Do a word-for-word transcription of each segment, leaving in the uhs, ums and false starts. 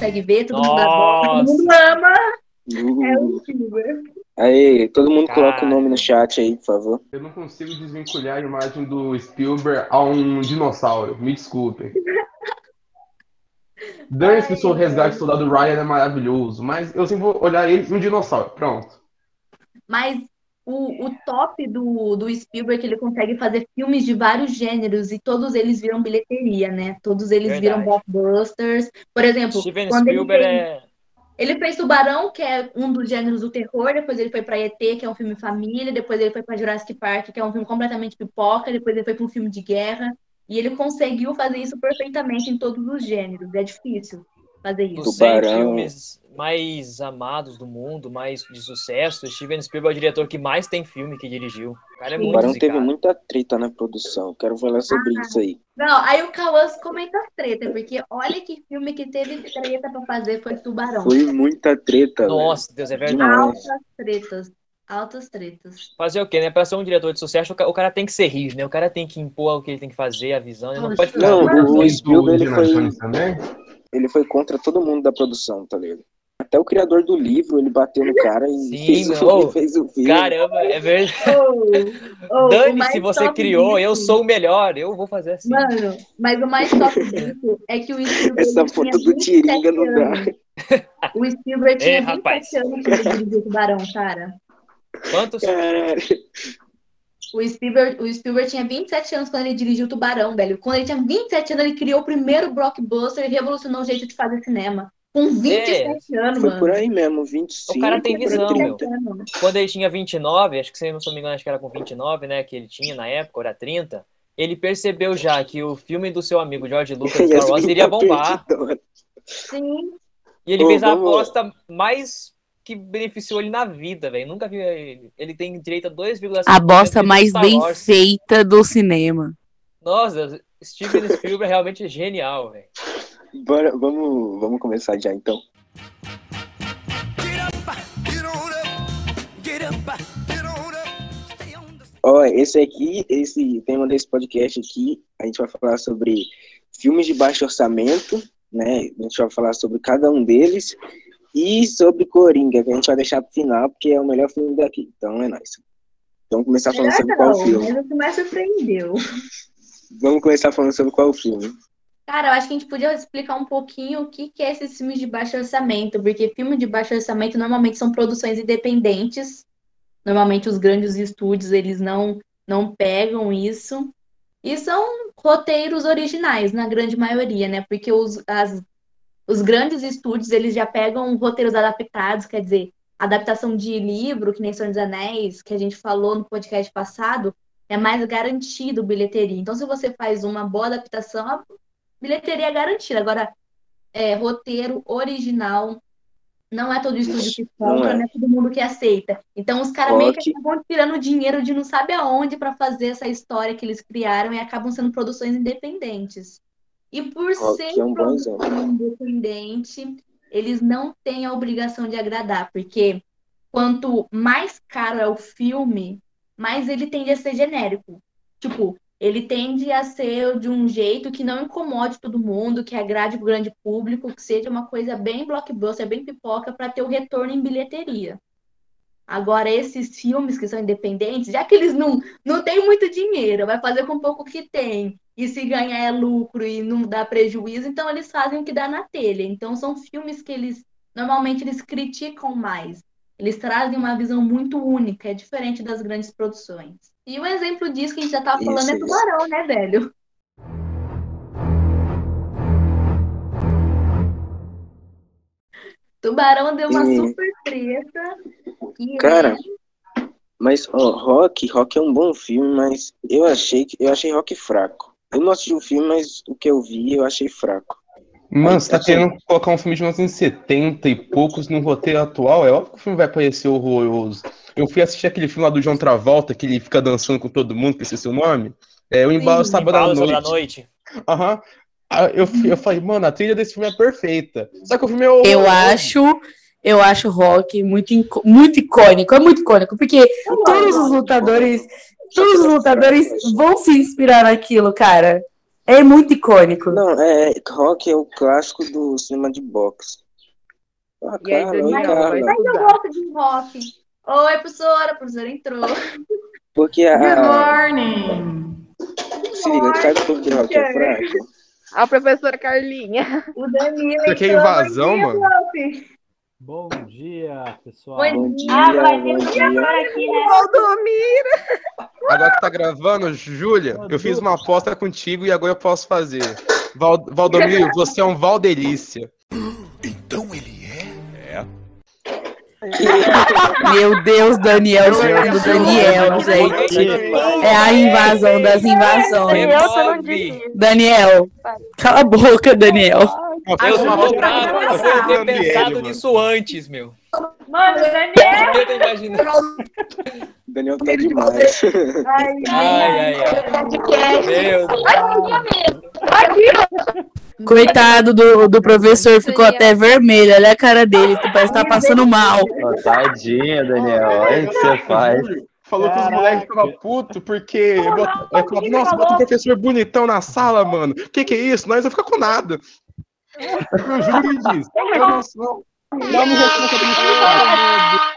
consegue ver, todo mundo adora, todo mundo ama. Uh. É o Spielberg. Aí, todo mundo Cara. coloca o nome no chat aí, por favor. Eu não consigo desvincular a imagem do Spielberg a um dinossauro. Me desculpem. Dane-se que o seu resgate soldado Ryan é maravilhoso, mas eu sempre vou olhar ele um dinossauro. Pronto. Mas o, o top do, do Spielberg é que ele consegue fazer filmes de vários gêneros e todos eles viram bilheteria, né? Todos eles Verdade. viram blockbusters. Por exemplo, Steven quando ele Spielberg fez, é. ele fez Tubarão, que é um dos gêneros do terror, depois ele foi para E T, que é um filme família, depois ele foi para Jurassic Park, que é um filme completamente pipoca, depois ele foi para um filme de guerra, e ele conseguiu fazer isso perfeitamente em todos os gêneros. É difícil fazer isso. Dos cem Tubarão. filmes mais amados do mundo, mais de sucesso, Steven Spielberg é o diretor que mais tem filme que dirigiu. O cara é Sim. O muito Barão teve zicado. muita treta na produção. Quero falar sobre Ah. isso aí. Não, aí o Cauã comenta as treta, porque olha que filme que teve treta pra fazer foi Tubarão. Foi muita treta, Nossa, Deus, é verdade. Demais. Altas tretas. Altas tretas. Fazer o quê, né? Pra ser um diretor de sucesso, o ca- o cara tem que ser rígido, né? O cara tem que impor o que ele tem que fazer, a visão. Ele não Poxa, pode ficar... Não, Mano, o E do Spielberg ele Indiana foi, Jones também? ele foi contra todo mundo da produção, tá ligado? Até o criador do livro, ele bateu no cara e Sim, fez, o, meu. e fez o filme. Caramba, é verdade. Oh, oh, o Dane, mais se você top criou, eu disso- sou o melhor, eu vou fazer assim. Mano, mas o mais top disso é que o Spielberg Essa tinha foto do vinte e sete Tiringa não dá. anos. O Spielberg tinha É, vinte e rapaz. sete anos quando ele dirigiu Tubarão, cara. Quantos? Caralho. O Spielberg, o Spielberg tinha vinte e sete anos quando ele dirigiu Tubarão, velho. Quando ele tinha vinte e sete anos, ele criou o primeiro blockbuster e revolucionou o jeito de fazer cinema. Com vinte e sete anos, Foi mano. por aí mesmo, vinte e cinco O cara tem pra visão, meu. trinta. Quando ele tinha vinte e nove, acho que se eu não me engano, acho que era com vinte e nove, né? Que ele tinha na época, ou era trinta. Ele percebeu já que o filme do seu amigo George Lucas, Star Wars, Yasmin iria tá bombar. perdidona. Sim. E ele Ô, fez a vamos- aposta mais que beneficiou ele na vida, velho. Nunca vi ele. Ele tem direito a dois vírgula cinco A por cento bosta do mais Star bem Wars. feita do cinema. Nossa, Steven Spielberg é realmente genial, velho. Bora, vamos, vamos começar já então. Ó, esse aqui, esse tema desse podcast aqui, a gente vai falar sobre filmes de baixo orçamento, né? A gente vai falar sobre cada um deles e sobre Coringa, que a gente vai deixar pro final, porque é o melhor filme daqui. Então é nóis. Vamos começar falando Melhor sobre qual não, filme. mas o que mais surpreendeu. Vamos começar falando sobre qual filme. Cara, eu acho que a gente podia explicar um pouquinho o que que é esses filmes de baixo orçamento, porque filmes de baixo orçamento normalmente são produções independentes. Normalmente os grandes estúdios, eles não, não pegam isso. E são roteiros originais, na grande maioria, né? Porque os, as, os grandes estúdios, eles já pegam roteiros adaptados, quer dizer, adaptação de livro, que nem Senhor dos Anéis, que a gente falou no podcast passado, é mais garantido bilheteria. Então, se você faz uma boa adaptação, a bilheteria é garantida. Agora, é, roteiro original, não é todo estúdio que Não compra, é. não é todo mundo que aceita. Então, os caras meio que Rock. acabam tirando dinheiro de não sabe aonde para fazer essa história que eles criaram e acabam sendo produções independentes. E por Rock ser é um bom produção exemplo. independente, eles não têm a obrigação de agradar, porque quanto mais caro é o filme, mais ele tende a ser genérico. Tipo, ele tende a ser de um jeito que não incomode todo mundo, que agrade o grande público, que seja uma coisa bem blockbuster, bem pipoca, para ter o retorno em bilheteria. Agora, esses filmes que são independentes, já que eles não, não têm muito dinheiro, vai fazer com pouco que tem, e se ganhar é lucro e não dá prejuízo, então eles fazem o que dá na telha. Então, são filmes que eles, normalmente, eles criticam mais. Eles trazem uma visão muito única, é diferente das grandes produções. E um exemplo disso que a gente já tava falando Isso, é isso. Tubarão, né, velho? Tubarão deu uma E- super treta. E, Cara, né, mas ó, Rock, Rock é um bom filme, mas eu achei que eu achei Rock fraco. Eu não assisti o filme, mas o que eu vi eu achei fraco. Mano, você tá Assim, querendo colocar um filme de mil novecentos e setenta e poucos no roteiro atual? É óbvio que o filme vai parecer horroroso. Eu fui assistir aquele filme lá do John Travolta, que ele fica dançando com todo mundo, que esse é seu nome. É o Embalo Sim. Sábado à Fala sobre a Noite. noite. Aham. Ah, Eu, eu falei, mano, a trilha desse filme é perfeita. Só que o filme é horroroso. Eu acho, eu acho Rock muito, inco- muito icônico, é muito icônico, porque todos os lutadores, todos os lutadores vão se inspirar naquilo, cara. É É muito icônico. Não, é, Rock é o clássico do cinema de boxe. Ah, E aí, Carla, oi, Daniel, vai Carla. Mas eu estudar. gosto de rock. Oi, professora, a professora entrou. Porque Good a. morning! Se liga, sabe por que Rock é fraco? A professora Carlinha. O Danilo Isso aqui é entrou. invasão, Bom dia, mano. prof. Bom dia, pessoal. Bom Bom dia. dia, Ah, vai ter bom dia. professor aqui, né? Valdomiro! Agora que tá gravando, Júlia, eu fiz uma aposta contigo e agora eu posso fazer. Val- Valdomiro, você é um Valdelícia. Então ele é? É. Meu Deus, Daniel, segundo Daniel, gente. É a invasão das invasões. Eu tô não disse. Daniel, cala a boca, Daniel. Eu só tô Ajuda pra bravo por começar. eu ter Daniel, pensado mano. nisso antes, meu. Mano, Daniel. Eu tô imaginando. Daniel tá demais. Ai, Ai, ai, ai. podcast. Meu Deus. Coitado do, do professor, ficou até vermelho. Olha a cara dele, tu parece que tá passando mal. Ô, tadinho, Daniel. Olha o que você faz. Falou que os Caraca. moleques ficavam putos porque. bota- aí falava, Nossa, bota um professor bonitão na sala, mano. Que que é isso? Nós não fica com nada. O Júlio me disse. Eu não sou. Dá um rosto na cabeça.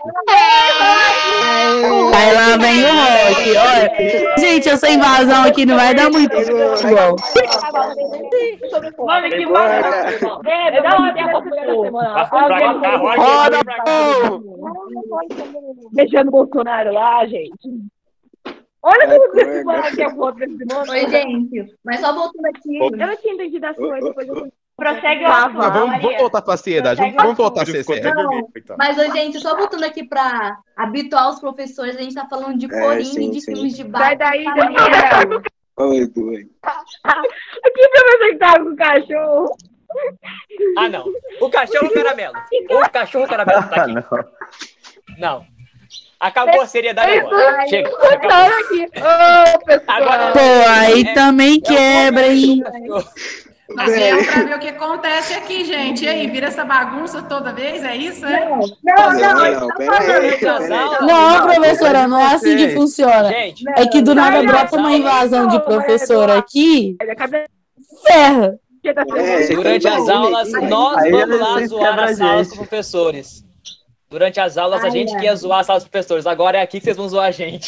Aí lá vem o rock. Olha. Gente, essa invasão aqui não vai dar muito bom. Mano, que mano. É da onde a fofoca da semana? Roda, Beijando o Bolsonaro lá, gente. Olha como Vai, você fala que é o voto desse mano. Oi, gente. Mas só voltando aqui. Eu não tinha entendido as coisas, depois eu Prossegue o Tava. assunto, Não, vamos, Maria. vamos voltar pra seriedade. Vamos, vamos voltar a ser sério. Não, mas, ô, gente, só voltando aqui pra habituar os professores, a gente tá falando de É, coringa sim, e de sim. filmes de Sai baixo. daí, Daniel. Oi, Edu. oi. Que professor que tava com o cachorro? Ah, não. O cachorro caramelo. O cachorro caramelo tá Ah, aqui. não. Não. Acabou a seriedade agora. Chega. Acabou. Contaram aqui. Ô, pessoal. Agora- Pô, aí É- também quebra, hein? Nós viemos pra ver o que acontece aqui, gente. E aí, vira essa bagunça toda vez? É isso, é? Não, não, Não, não. pera aí, pera aí. Não, professora, não é assim que funciona. Gente, É que do nada brota uma invasão de professor aqui, ferra. É, durante as aulas, nós Aí vamos lá vocês zoar quebram na a sala gente. dos professores. Durante as aulas, a Ai, gente ai. que ia zoar a sala dos professores. Agora é aqui que vocês vão zoar a gente.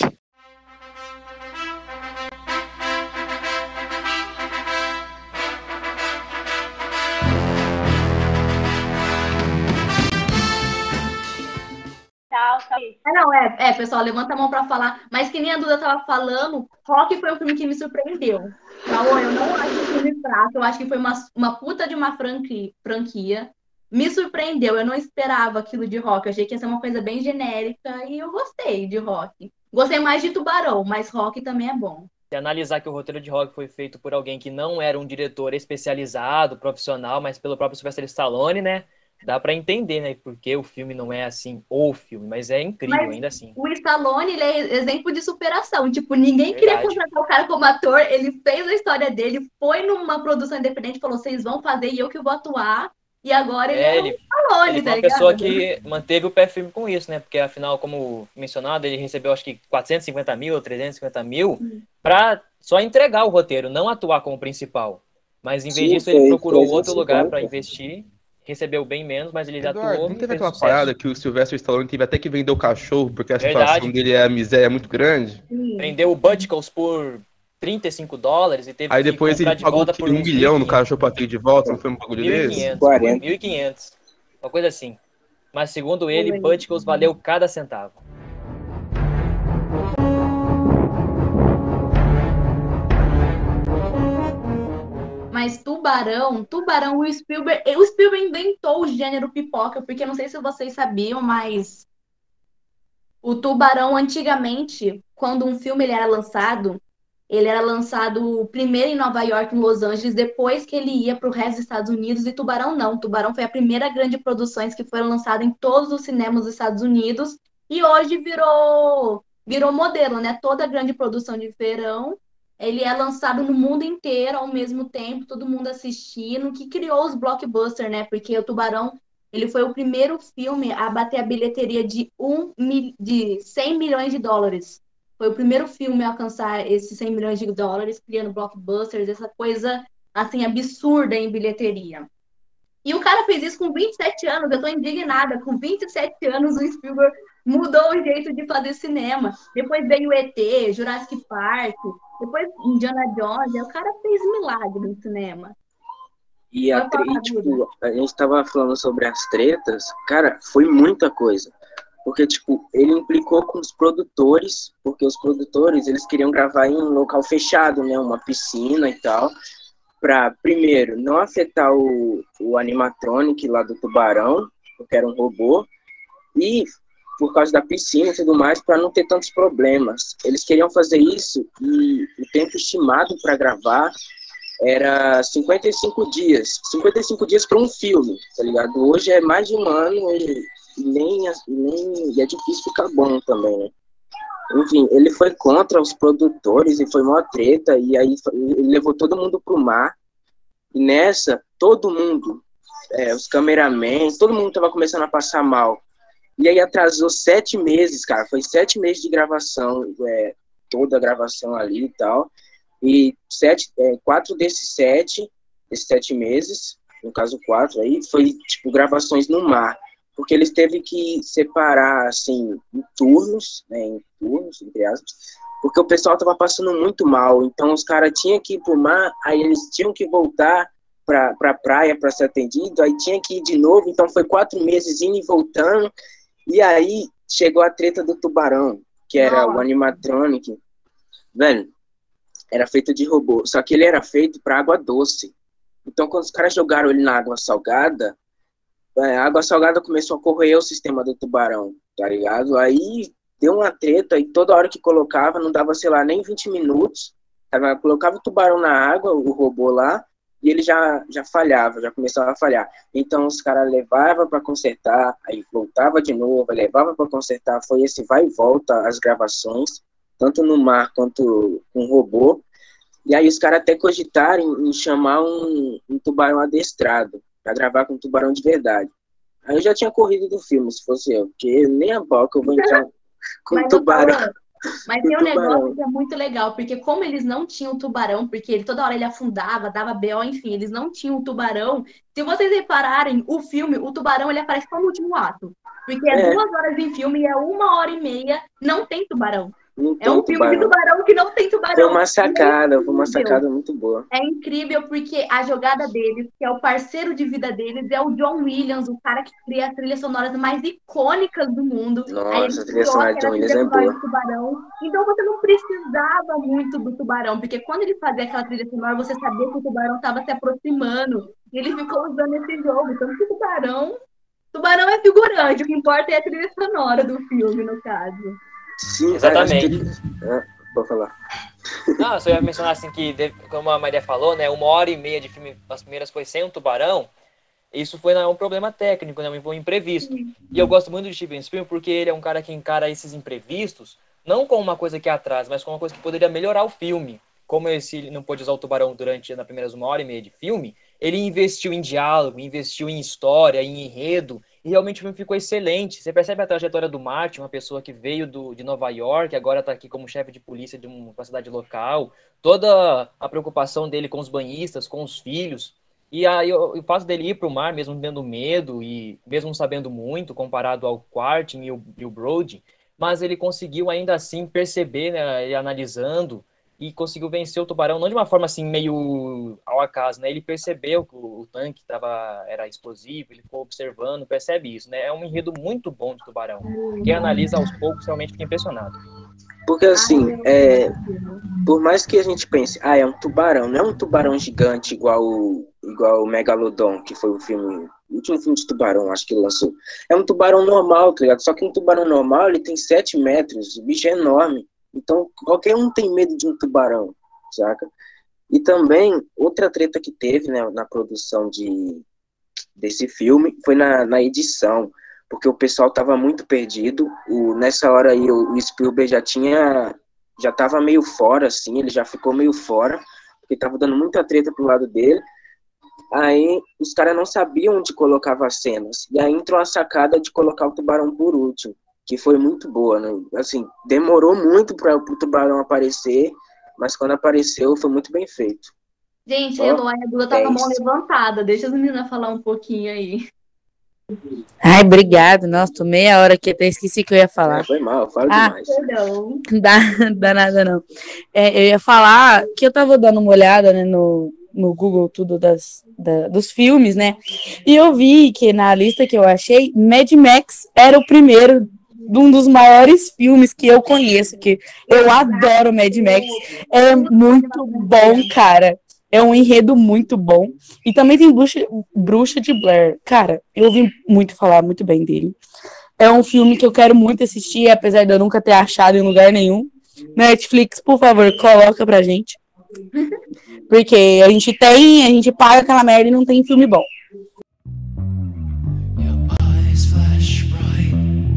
Tchau, tchau. Ah, não, é, é, pessoal, levanta a mão pra falar. Mas que nem a Duda tava falando, Rock foi um filme que me surpreendeu. Então, eu não acho um filme fraco, eu acho que foi uma, uma puta de uma franqui- franquia. Me surpreendeu, eu não esperava aquilo de Rock. Eu achei que ia ser uma coisa bem genérica e eu gostei de Rock. Gostei mais de Tubarão, mas Rock também é bom. Se analisar que o roteiro de Rock foi feito por alguém que não era um diretor especializado, profissional, mas pelo próprio Sylvester Stallone, né? Dá pra entender, né? Porque o filme não é assim, o filme, mas é incrível Mas- ainda assim. O Stallone, ele é exemplo de superação. Tipo, ninguém queria Verdade. contratar o cara como ator. Ele fez a história dele, foi numa produção independente, falou, vocês vão fazer e eu que vou atuar. E agora ele É, é, ele, um Stallone, ele tá foi uma ligado? pessoa que manteve o pé firme com isso, né? Porque afinal, como mencionado, ele recebeu acho que quatrocentos e cinquenta mil ou trezentos e cinquenta mil pra só entregar o roteiro, não atuar como principal. Mas em vez Sim, disso, ele foi procurou trezentos e outro lugar cinquenta. pra investir, recebeu bem menos, mas ele Eduardo, atuou. não e teve fez aquela sucesso. parada que o Sylvester Stallone teve até que vender o cachorro porque a Verdade. situação dele é a miséria muito grande? Sim. Prendeu o Butticles por trinta e cinco dólares e teve Aí que depois comprar ele de pagou volta que por um uns milhão no mil e quinhentos. cachorro pra ter de volta, não foi um bagulho mil e desse? quinhentos, quarenta. foi mil e quinhentos. Uma coisa assim. Mas segundo ele, Foi. Butticles valeu cada centavo. Mas Tubarão, Tubarão, o Spielberg, o Spielberg inventou o gênero pipoca, porque não sei se vocês sabiam, mas o Tubarão antigamente, quando um filme ele era lançado, ele era lançado primeiro em Nova York, em Los Angeles, depois que ele ia para o resto dos Estados Unidos, e Tubarão não. Tubarão foi a primeira grande produção que foi lançada em todos os cinemas dos Estados Unidos, e hoje virou, virou modelo, né? Toda grande produção de verão ele é lançado no mundo inteiro ao mesmo tempo, todo mundo assistindo, que criou os blockbusters, né? Porque o Tubarão, ele foi o primeiro filme a bater a bilheteria de, um, mil- de cem milhões de dólares. Foi o primeiro filme a alcançar esses cem milhões de dólares, criando blockbusters, essa coisa, assim, absurda em bilheteria. E o cara fez isso com vinte e sete anos, eu tô indignada. Com vinte e sete anos, o Spielberg mudou o jeito de fazer cinema. Depois veio E T, Jurassic Park, depois Indiana Jones. O cara fez milagre no cinema. E, a, e tipo, a gente tava falando sobre as tretas, cara, foi muita coisa. Porque, tipo, ele implicou com os produtores, porque os produtores, eles queriam gravar em um local fechado, né, uma piscina e tal, para, primeiro, não afetar o, o animatronic lá do tubarão, porque era um robô, e por causa da piscina e tudo mais, para não ter tantos problemas. Eles queriam fazer isso e o tempo estimado para gravar era cinquenta e cinco dias. cinquenta e cinco dias para um filme, tá ligado? Hoje é mais de um ano e, e nem, nem e é difícil ficar bom também, né? Enfim, ele foi contra os produtores e foi uma treta, e aí ele levou todo mundo pro mar. E nessa, todo mundo, é, os cameramen, todo mundo tava começando a passar mal. E aí atrasou sete meses, cara. Foi sete meses de gravação, é, toda a gravação ali e tal. E sete, é, quatro desses sete, desses sete meses, no caso quatro aí, foi tipo gravações no mar. Porque eles teve que separar, assim, em turnos, né, em turnos, entre aspas, porque o pessoal tava passando muito mal, então os caras tinham que ir pro mar, aí eles tinham que voltar pra, pra praia pra ser atendido, aí tinha que ir de novo, então foi quatro meses indo e voltando, e aí chegou a treta do tubarão, que era Nossa. o animatronic, velho, era feito de robô, só que ele era feito pra água doce, então quando os caras jogaram ele na água salgada, a água salgada começou a corroer o sistema do tubarão, tá ligado? Aí deu uma treta e toda hora que colocava, não dava, sei lá, nem vinte minutos, tava, colocava o tubarão na água, o robô lá, e ele já, já falhava, já começava a falhar. Então os caras levavam para consertar, aí voltava de novo, levava para consertar, foi esse vai e volta as gravações, tanto no mar quanto com o robô. E aí os caras até cogitaram em, em chamar um, um tubarão adestrado, para gravar com um tubarão de verdade. Aí eu já tinha corrido do filme, se fosse eu, porque nem a boca eu vou entrar com Mas, tubarão. Falando, mas tem um tubarão. negócio que é muito legal, porque como eles não tinham tubarão, porque ele toda hora ele afundava, dava B O, enfim, eles não tinham tubarão. Se vocês repararem, o filme, o tubarão, ele aparece só no último ato. Porque é, é duas horas de filme e é uma hora e meia, não tem tubarão. Não é um filme tubarão. de tubarão que não tem tubarão. Foi uma sacada, foi uma sacada muito boa. É incrível porque a jogada deles, que é o parceiro de vida deles, é o John Williams, o cara que cria as trilhas sonoras mais icônicas do mundo. Nossa, a trilha sonora de John Williams é boa. Tubarão. Então você não precisava muito do tubarão, porque quando ele fazia aquela trilha sonora, você sabia que o tubarão estava se aproximando. E ele ficou usando esse jogo. Então, o tubarão... Tubarão é figurante, o que importa é a trilha sonora do filme, no caso. Sim, exatamente. Que... É, vou falar. Não, só ia mencionar assim que, como a Maria falou, né, uma hora e meia de filme, as primeiras foi sem um tubarão, isso foi um problema técnico, né, um imprevisto. Sim. E eu gosto muito de Steven Spielberg porque ele é um cara que encara esses imprevistos não como uma coisa que atrasa, mas como uma coisa que poderia melhorar o filme. Como esse ele não pôde usar o tubarão durante na primeiras uma hora e meia de filme, ele investiu em diálogo, investiu em história, em enredo, e realmente o filme ficou excelente. Você percebe a trajetória do Martin, uma pessoa que veio do, de Nova York, agora está aqui como chefe de polícia de uma cidade local, toda a preocupação dele com os banhistas, com os filhos, e aí o fato dele ir para o mar, mesmo tendo medo, e mesmo sabendo muito, comparado ao Quartin e o, e o Brody, mas ele conseguiu ainda assim perceber, né, e analisando, e conseguiu vencer o tubarão, não de uma forma assim meio ao acaso, né? Ele percebeu que o, o tanque tava, era explosivo, ele ficou observando, percebe isso, né? É um enredo muito bom de tubarão. Quem analisa aos poucos realmente fica impressionado. Porque assim, é, por mais que a gente pense, ah, é um tubarão, não é um tubarão gigante igual o, igual o Megalodon, que foi o filme, o último filme de tubarão, acho que lançou. É um tubarão normal, tá ligado? Só que um tubarão normal, ele tem sete metros, o bicho é enorme. Então, qualquer um tem medo de um tubarão, saca? E também, outra treta que teve, né, na produção de, desse filme foi na, na edição, porque o pessoal tava muito perdido. O, nessa hora aí, o, o Spielberg já tinha, já tava meio fora, assim, ele já ficou meio fora, porque tava dando muita treta pro lado dele. Aí, os caras não sabiam onde colocava as cenas. E aí entrou a sacada de colocar o tubarão por último. que foi muito boa, né? Assim, demorou muito para o tubarão aparecer, mas quando apareceu foi muito bem feito. Gente, Ó, a Eloy, a Duda tá com a mão dez. levantada. Deixa as meninas falar um pouquinho aí. Ai, obrigado. Nossa, tô meia hora aqui, até esqueci que eu ia falar. É, foi mal, eu falo Ah, demais. Perdão. Dá, dá nada não. É, eu ia falar que eu tava dando uma olhada, né, no, no Google, tudo das, da- dos filmes, né? E eu vi que na lista que eu achei, Mad Max era o primeiro de um dos maiores filmes que eu conheço, que eu adoro Mad Max. É muito bom, cara. É um enredo muito bom. E também tem Bruxa, Bruxa de Blair. Cara, eu ouvi muito falar muito bem dele. É um filme que eu quero muito assistir, apesar de eu nunca ter achado em lugar nenhum. Netflix, por favor, coloca pra gente. Porque a gente tem, a gente paga aquela merda e não tem filme bom. Eyes flash bright,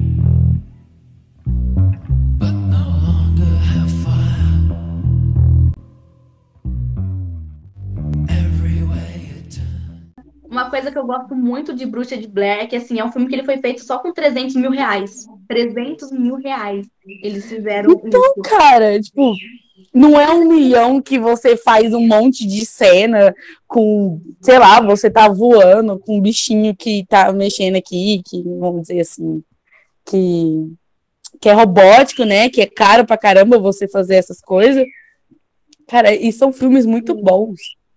but no longer have fire. Everywhere you turn. Uma coisa que eu gosto muito de Bruxa de Blair é que, assim, é um filme que ele foi feito só com trezentos mil reais. trezentos mil reais. Eles fizeram Então, isso. cara, tipo, não é um milhão que você faz um monte de cena com, sei lá, você tá voando com um bichinho que tá mexendo aqui, que, vamos dizer assim, que, que é robótico, né? Que é caro pra caramba você fazer essas coisas. Cara, e são filmes muito bons.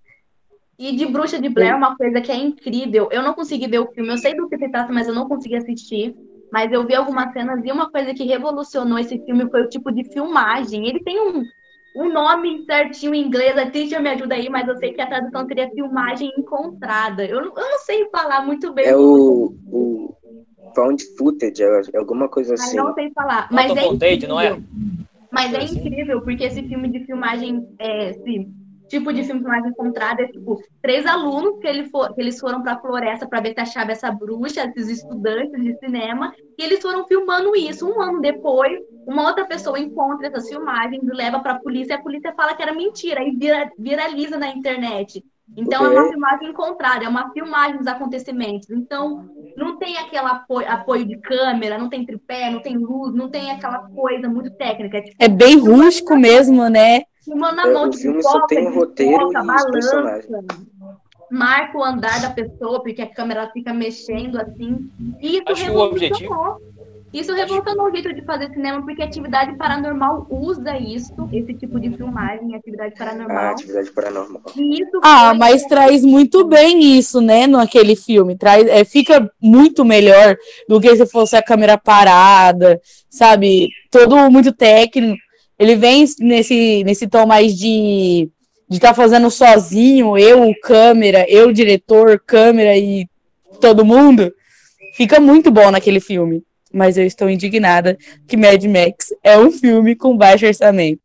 E de Bruxa de Blair, uma coisa que é incrível. Eu não consegui ver o filme, eu sei do que se trata, mas eu não consegui assistir. Mas eu vi algumas cenas e uma coisa que revolucionou esse filme foi o tipo de filmagem. Ele tem um, um nome certinho em inglês, a teacher me ajuda aí, mas eu sei que a tradução seria filmagem encontrada. Eu, não- eu não sei falar muito bem. É o, o found footage, é é alguma coisa Mas assim. não sei falar. Mas é Autocontained, não é? incrível. Mas é incrível, porque esse filme de filmagem, é, esse tipo de filme de filmagem encontrada é tipo três alunos que, ele for, que eles foram para a floresta para ver se achava essa bruxa, esses estudantes de cinema, e eles foram filmando isso. Um ano depois, uma outra pessoa encontra essas filmagens e leva para a polícia, e a polícia fala que era mentira, e vira, viraliza na internet. Então, é uma filmagem encontrada, é uma filmagem dos acontecimentos. Então, não tem aquele apoio, apoio de câmera, não tem tripé, não tem luz, não tem aquela coisa muito técnica. É, tipo, É bem rústico mesmo, né? filmando na É, mão, o tipo, filme só foca, tem o roteiro desfoca, e os personagens. balança, marca o andar da pessoa, porque a câmera fica mexendo assim. E isso Acho que o objetivo- revolucionou. Isso revolucionou o jeito de fazer cinema, porque a Atividade Paranormal usa isso, esse tipo de filmagem, Atividade Ah, Paranormal. atividade paranormal. E isso Ah, foi- mas traz muito bem isso, né, naquele filme. Traz, é, fica muito melhor do que se fosse a câmera parada, sabe? Todo muito técnico. Ele vem nesse, nesse tom mais de de estar fazendo sozinho, eu, câmera, eu, diretor, câmera e todo mundo. Fica muito bom naquele filme. Mas eu estou indignada que Mad Max é um filme com baixo orçamento.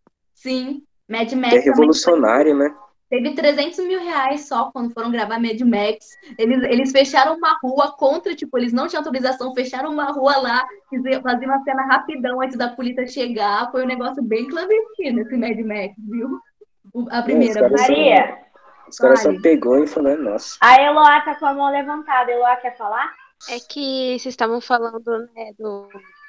Sim, Mad Que Max é também revolucionário, né? teve trezentos mil reais só quando foram gravar Mad Max. Eles, eles fecharam uma rua contra, tipo, eles não tinham autorização, fecharam uma rua lá, fizeram- faziam uma cena rapidão antes da polícia chegar. Foi um negócio bem clandestino esse Mad Max, viu? O- A Não, os primeira. caras são, Maria, os caras só Fale. pegou e falou, nossa. a Eloá tá com a mão levantada. Eloá quer falar? É que vocês estavam falando, né, do,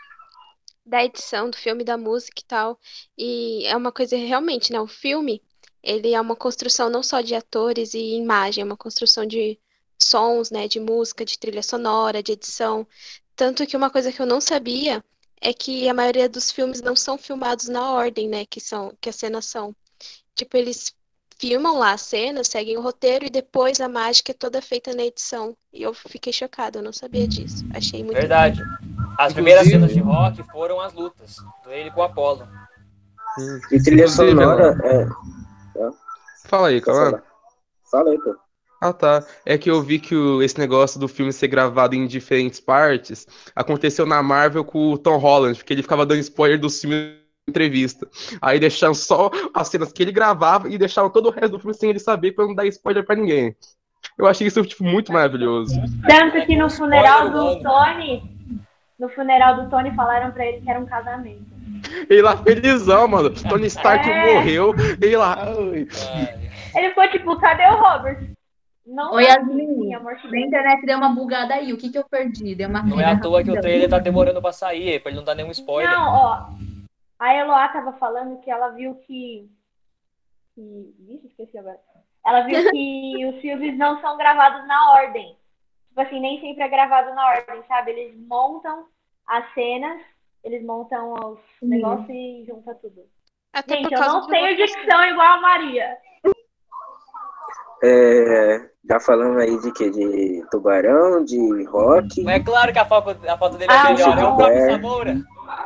da edição do filme, da música e tal. E é uma coisa realmente, né? O filme, ele é uma construção não só de atores e imagem, é uma construção de sons, né? De música, de trilha sonora, de edição. Tanto que uma coisa que eu não sabia é que a maioria dos filmes não são filmados na ordem, né? Que são, que as cenas são. Tipo, eles filmam lá a cena, seguem o roteiro e depois a mágica é toda feita na edição. E eu fiquei chocada, eu não sabia disso. Achei muito Verdade. As primeiras cenas de rock foram as lutas dele com o Apollo. E trilha Inclusive, sonora ela- é. Fala aí, Calma. Fala aí, pô. Ah, tá. É que eu vi que o- esse negócio do filme ser gravado em diferentes partes aconteceu na Marvel com o Tom Holland, porque ele ficava dando spoiler dos filmes em entrevista. Aí deixaram só as cenas que ele gravava e deixavam todo o resto do filme sem ele saber pra não dar spoiler pra ninguém. Eu achei isso tipo, muito maravilhoso. Tanto que no funeral do Tony, no funeral do Tony falaram pra ele que era um casamento. Ele lá felizão, mano. Tony Stark É. morreu. Ele lá. Ai. Ele ficou tipo, cadê o Robert? Não Oi, tá Yasmin. aqui, sim, amor. Na internet deu uma bugada aí. O que que eu perdi? Deu uma Não é queda à toa que o rapidão. trailer tá demorando pra sair, pra ele não dar nenhum spoiler. Não, ó. A Eloá tava falando que ela viu que. que... Vixe, esqueci agora. Ela viu que os filmes não são gravados na ordem. Tipo assim, nem sempre é gravado na ordem, sabe? Eles montam as cenas, eles montam os Uhum. negócios e junta tudo. Até por Gente, eu causa não de tenho locação. dicção igual a Maria. É, tá falando aí de quê? De tubarão, de rock? Mas é claro que a foto, a foto dele é Ah, melhor, é o não. Fábio Samora.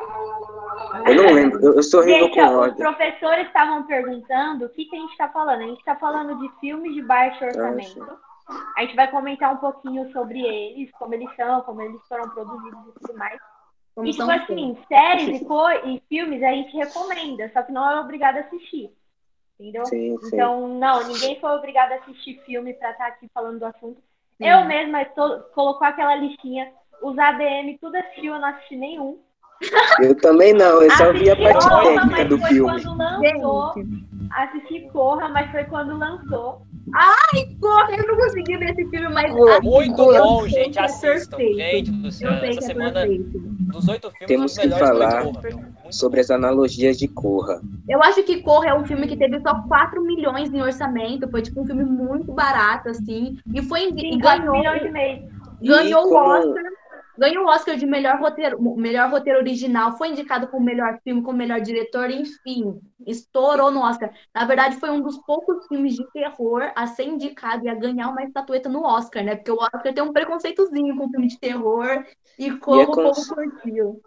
Eu não lembro, eu, eu sou horrível Gente, com ó, os ordem. professores estavam perguntando o que, que a gente está falando. A gente está falando de filmes de baixo orçamento. A gente vai comentar um pouquinho sobre eles, como eles são, como eles foram produzidos e tudo mais. Como E, tipo são assim, séries e, co e filmes a gente recomenda, só que não é obrigado a assistir. Entendeu? Sim, sim. Então, não, ninguém foi obrigado a assistir filme pra estar aqui falando do assunto. Sim. Eu mesma tô, colocou aquela listinha, os A D M, tudo assistiu, eu não assisti nenhum. Eu também não, eu só vi a Assisti parte Corra, técnica mas do foi filme. quando lançou. Assisti Corra, mas foi quando lançou. Ai, Corra, eu não consegui ver esse filme, mas Muito eu bom, sei gente, que é assistam. perfeito. Gente do céu, Eu sei essa que é semana, perfeito. dos oito filmes, Temos os que melhores foi falar Corra, meu. Muito sobre as analogias de Corra. Eu acho que Corra é um filme que teve só quatro milhões em orçamento. Foi tipo um filme muito barato, assim. E foi e Sim, quatro ganhou, milhões e meio. ganhou E o como- Oscar. Ganhou o Oscar de melhor roteiro, melhor roteiro original. Foi indicado como melhor filme, como melhor diretor, enfim. Estourou no Oscar. Na verdade, foi um dos poucos filmes de terror a ser indicado e a ganhar uma estatueta no Oscar, né? Porque o Oscar tem um preconceitozinho com filme de terror. E como E é o povo cons- curtiu.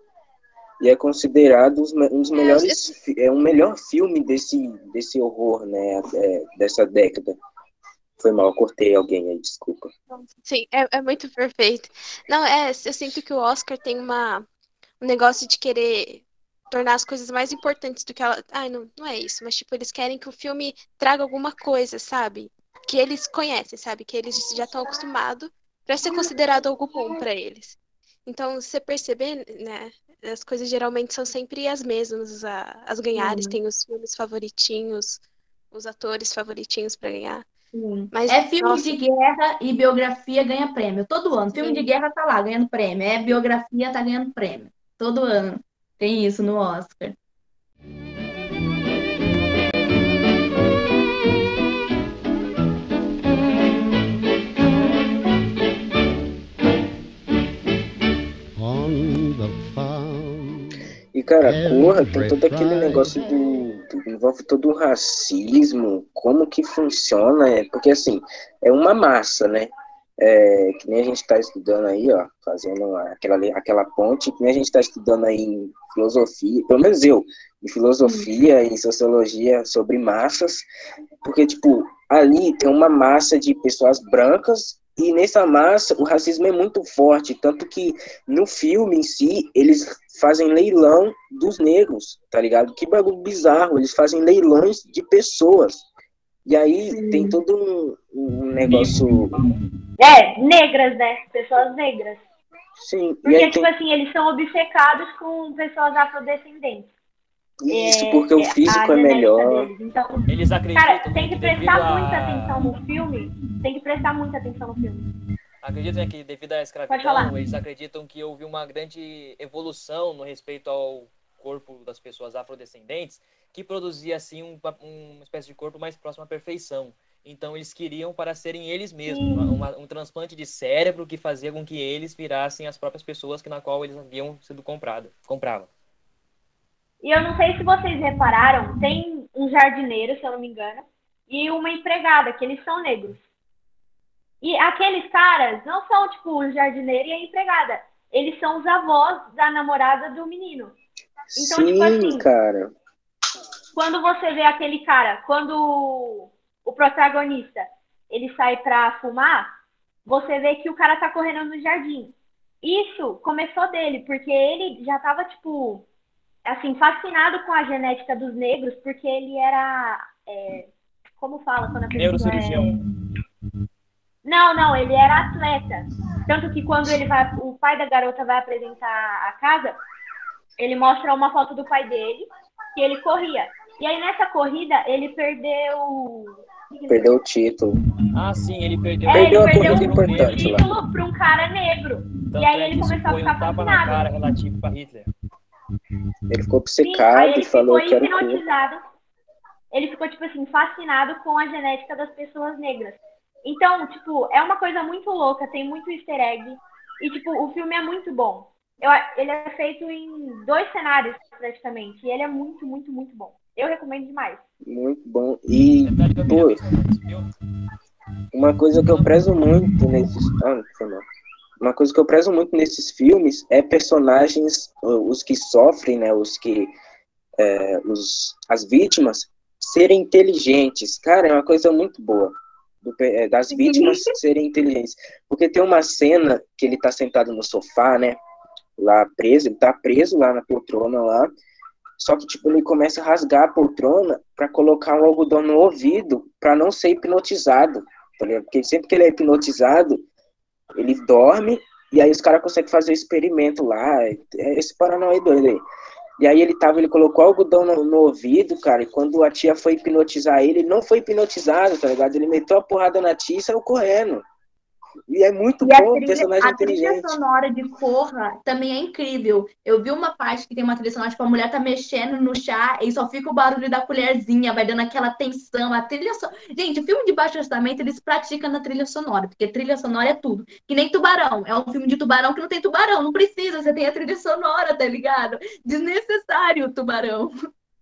E é considerado os me- um dos É, melhores, fi- é um melhor filme desse, desse horror, né, é, dessa década. Foi mal, eu cortei alguém aí, desculpa. Sim, é, é muito perfeito. Não, é, eu sinto que o Oscar tem uma, um negócio de querer tornar as coisas mais importantes do que ela. Ai, não, não é isso, mas tipo, eles querem que o filme traga alguma coisa, sabe? Que eles conhecem, sabe? Que eles já estão acostumados para ser considerado algo bom para eles. Então, se você perceber, né, as coisas geralmente são sempre as mesmas, a- as ganhares, Sim. tem os filmes favoritinhos, os atores favoritinhos para ganhar. Sim. Mas, É filme nossa, de guerra e biografia ganha prêmio. Todo ano. Filme de sim. guerra tá lá ganhando prêmio. É biografia, tá ganhando prêmio. Todo ano. Tem isso no Oscar. On the farm. E, cara, Corra tem todo aquele negócio do, do- envolve todo o racismo, como que funciona, é, porque assim, é uma massa, né? É, que nem a gente está estudando aí, ó, fazendo aquela, aquela ponte, que nem a gente está estudando aí em filosofia, pelo menos eu, em filosofia e sociologia sobre massas, porque, tipo, ali tem uma massa de pessoas brancas e nessa massa o racismo é muito forte, tanto que no filme em si, eles fazem leilão dos negros, tá ligado? Que bagulho bizarro, eles fazem leilões de pessoas. E aí Sim. tem todo um, um negócio... É, negras, né? Pessoas negras. Sim, e Porque, aí tipo tem assim, eles são obcecados com pessoas afrodescendentes. isso, É, porque o a físico é genética melhor. deles. Então, Eles acreditam cara, tem que que prestar devido a- muita atenção no filme. Tem que prestar muita atenção no filme. Acreditam que devido à Pode escravidão, falar. eles acreditam que houve uma grande evolução no respeito ao corpo das pessoas afrodescendentes, que produzia assim um, uma espécie de corpo mais próximo à perfeição. Então eles queriam para serem eles mesmos, uma- uma- um transplante de cérebro que fazia com que eles virassem as próprias pessoas que na qual eles haviam sido comprado, compravam. E eu não sei se vocês repararam, tem um jardineiro, se eu não me engano, e uma empregada, que eles são negros. E aqueles caras não são, tipo, o jardineiro e a empregada. Eles são os avós da namorada do menino. Então, Sim, tipo assim, cara. quando você vê aquele cara, quando o, o protagonista, ele sai pra fumar, você vê que o cara tá correndo no jardim. Isso começou dele, porque ele já tava, tipo, assim, fascinado com a genética dos negros, porque ele era, é, como fala quando a pessoa Neurocirurgião. é... Não, não, ele era atleta. Tanto que quando ele vai, o pai da garota vai apresentar a casa, ele mostra uma foto do pai dele, que ele corria. E aí nessa corrida, ele perdeu Perdeu o título. Ah, sim, ele perdeu. É, Perdeu ele a perdeu corrida o importante lá. título pra um cara negro. Tanto E aí é ele que isso começou a foi um ficar tapa na fascinado. cara relativo para Hitler. Ele ficou Sim, aí obcecado ele e falou, ficou eu quero cura. hipnotizado. Ele ficou, tipo assim, fascinado com a genética das pessoas negras. Então, tipo, é uma coisa muito louca, tem muito easter egg. E, tipo, o filme é muito bom. Eu, ele é feito em dois cenários, praticamente. E ele é muito, muito, muito bom. Eu recomendo demais. Muito bom. E, pô, uma coisa que eu prezo muito nesses... Ah, não sei não. Uma coisa que eu prezo muito nesses filmes é personagens, os que sofrem, né, os que... É, os, as vítimas serem inteligentes. Cara, é uma coisa muito boa. Do, é, das vítimas serem inteligentes. Porque tem uma cena que ele tá sentado no sofá, né? Lá preso, ele tá preso lá na poltrona lá. Só que, tipo, ele começa a rasgar a poltrona pra colocar um algodão no ouvido pra não ser hipnotizado. Tá ligado? Porque sempre que ele é hipnotizado, ele dorme e aí os caras conseguem fazer o experimento lá. É esse paranoia doido aí. E aí ele tava, ele colocou algodão no, no ouvido, cara, e quando a tia foi hipnotizar ele, ele não foi hipnotizado, tá ligado? Ele meteu a porrada na tia e saiu correndo. E é muito E bom, a trilha, personagem a trilha inteligente. sonora de Corra também é incrível. Eu vi uma parte que tem uma trilha sonora, tipo, a mulher tá mexendo no chá e só fica o barulho da colherzinha, vai dando aquela tensão. A trilha so... Gente, filme de baixo orçamento, eles praticam na trilha sonora, porque trilha sonora é tudo. Que nem Tubarão. É um filme de tubarão que não tem tubarão, não precisa, você tem a trilha sonora, tá ligado? Desnecessário o Tubarão.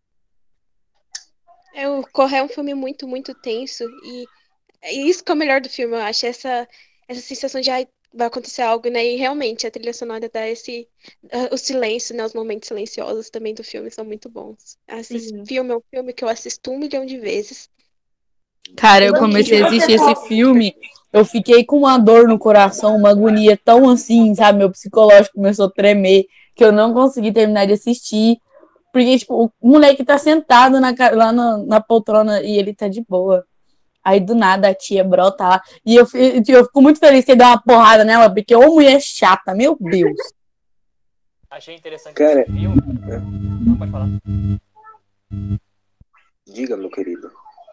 É, o Corra é um filme muito, muito tenso. E é isso que é o melhor do filme, eu acho. Essa, essa sensação de ai, vai acontecer algo, né? E realmente a trilha sonora dá esse. Uh, o silêncio, né? Os momentos silenciosos também do filme são muito bons. Esse Sim. filme é um filme que eu assisto um milhão de vezes. Cara, eu comecei a assistir esse filme, eu fiquei com uma dor no coração, uma agonia tão assim, sabe? Meu psicológico começou a tremer, que eu não consegui terminar de assistir. Porque, tipo, o moleque tá sentado na, ca- lá na, na poltrona e ele tá de boa. Aí, do nada, a tia brota lá. E eu, fi- eu fico muito feliz que ele deu uma porrada nela, porque ô mulher chata, meu Deus. Achei interessante Cara, esse filme. Não, pode falar. diga, meu querido.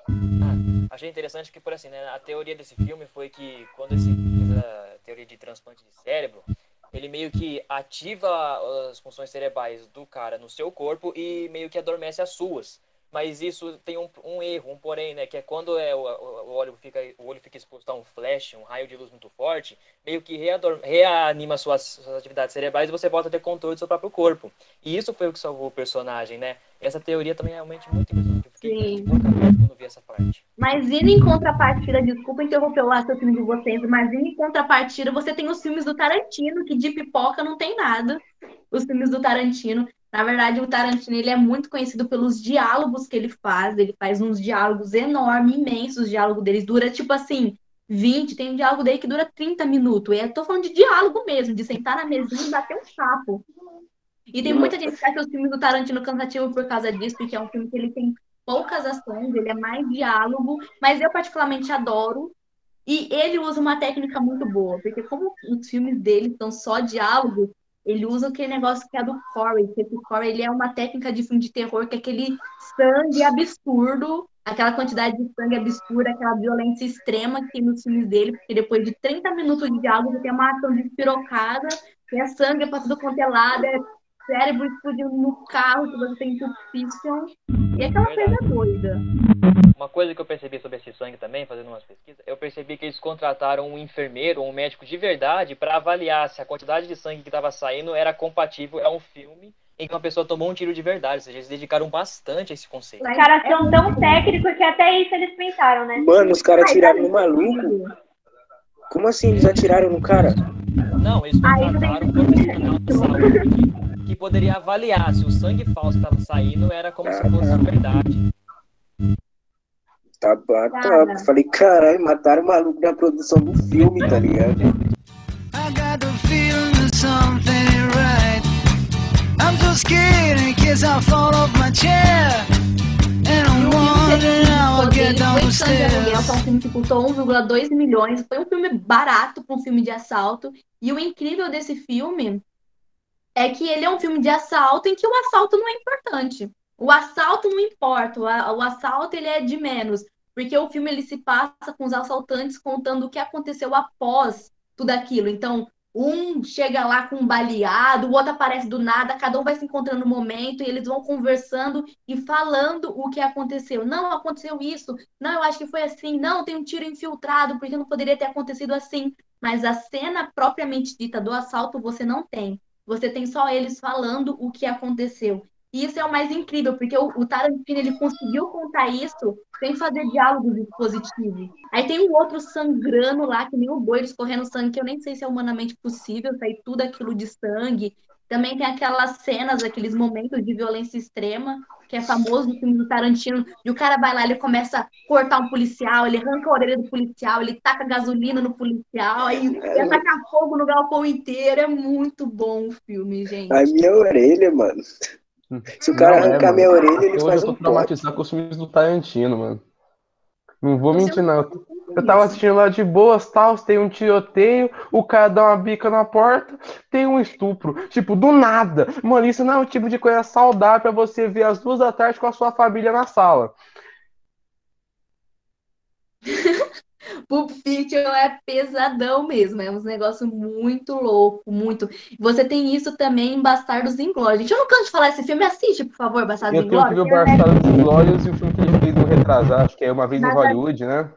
Ah, achei interessante que, por assim, né, a teoria desse filme foi que quando esse fez a teoria de transplante de cérebro, ele meio que ativa as funções cerebrais do cara no seu corpo e meio que adormece as suas. Mas isso tem um, um erro, um porém, né? Que é quando é, o, o, olho fica, o olho fica exposto a um flash, um raio de luz muito forte, meio que reador, reanima suas, suas atividades cerebrais e você volta a ter controle do seu próprio corpo. E isso foi o que salvou o personagem, né? Essa teoria também é realmente muito interessante. Eu fiquei Sim. de boca aberta quando vi essa parte. Mas indo em contrapartida, desculpa interromper o raciocínio de vocês, mas indo em contrapartida, você tem os filmes do Tarantino, que de pipoca não tem nada. Os filmes do Tarantino. Na verdade, o Tarantino ele é muito conhecido pelos diálogos que ele faz. Ele faz uns diálogos enormes, imensos. Os diálogos deles dura tipo assim, vinte. Tem um diálogo dele que dura trinta minutos. E eu tô falando de diálogo mesmo, de sentar na mesinha e bater um papo. E tem muita gente que acha os filmes do Tarantino cansativos por causa disso, porque é um filme que ele tem poucas ações, ele é mais diálogo, mas eu particularmente adoro. E ele usa uma técnica muito boa, porque como os filmes dele são só diálogo, ele usa aquele negócio que é do Corey, que esse Corey ele é uma técnica de filme de terror, que é aquele sangue absurdo, aquela quantidade de sangue absurda, aquela violência extrema que tem nos filmes dele, porque depois de trinta minutos de diálogo, você tem uma ação despirocada, que é sangue pra tudo quanto é lado, é cérebro explodindo no carro, que você tem Pulp Fiction, e é aquela coisa doida. Uma coisa que eu percebi sobre esse sangue também, fazendo umas pesquisas, eu percebi que eles contrataram um enfermeiro ou um médico de verdade para avaliar se a quantidade de sangue que estava saindo era compatível a um filme em que uma pessoa tomou um tiro de verdade. Ou seja, eles dedicaram bastante a esse conceito. Os caras são tão técnicos que até isso eles pensaram, né? Mano, os caras atiraram no maluco. Como assim eles atiraram no cara? Não, eles contrataram um profissional de saúde que, que poderia avaliar se o sangue falso que estava saindo era como se fosse verdade. Tá, tá top. Falei, caralho, mataram o maluco na produção do filme, tá ligado? I got the feeling that something ain't right. I'm so scared in case I fall off my chair. And I'm wondering how I'll get down the stairs. É um filme que custou um vírgula dois milhões. Foi um filme barato para um filme de assalto. E o incrível desse filme é que ele é um filme de assalto em que o assalto não é importante. O assalto não importa. O, a- o assalto ele é de menos. porque o filme ele se passa com os assaltantes contando o que aconteceu após tudo aquilo. Então, um chega lá com um baleado, o outro aparece do nada, cada um vai se encontrando no momento e eles vão conversando e falando o que aconteceu. Não, aconteceu isso. Não, eu acho que foi assim. Não, tem um tiro infiltrado, porque não poderia ter acontecido assim. Mas a cena propriamente dita do assalto você não tem. Você tem só eles falando o que aconteceu. E isso é o mais incrível, porque o, o Tarantino ele conseguiu contar isso sem fazer diálogos expositivos. Aí tem um outro sangrando lá, que nem o boi escorrendo sangue, que eu nem sei se é humanamente possível sair tudo aquilo de sangue. Também tem aquelas cenas, aqueles momentos de violência extrema, que é famoso no filme do Tarantino, e o cara vai lá, ele começa a cortar um policial, ele arranca a orelha do policial, ele taca gasolina no policial, aí ele taca fogo no galpão inteiro. É muito bom o filme, gente. A minha orelha, mano. Se o cara Não, é, arrancar mano. minha orelha, ele Até hoje faz eu tô um toque. traumatizado com os filmes do Tarantino, mano. Não vou Você mentir, não não. pode fazer Eu tava isso. assistindo lá de boas, tal, tem um tiroteio, o cara dá uma bica na porta, tem um estupro. Tipo, do nada. Mano, isso não é o tipo de coisa saudável pra você ver às duas da tarde com a sua família na sala. Pulp Fiction é pesadão mesmo, é uns negócios muito louco, muito. Você tem isso também em Bastardos Inglórios. Gente, eu não canso de falar esse filme, assiste, por favor, Bastardos Eu tenho que ver Inglórios. o Tem a Netflix, Bastardos Inglórios e o filme que ele fez no Retrasar, acho que é Uma Vez em mas a- Hollywood, né?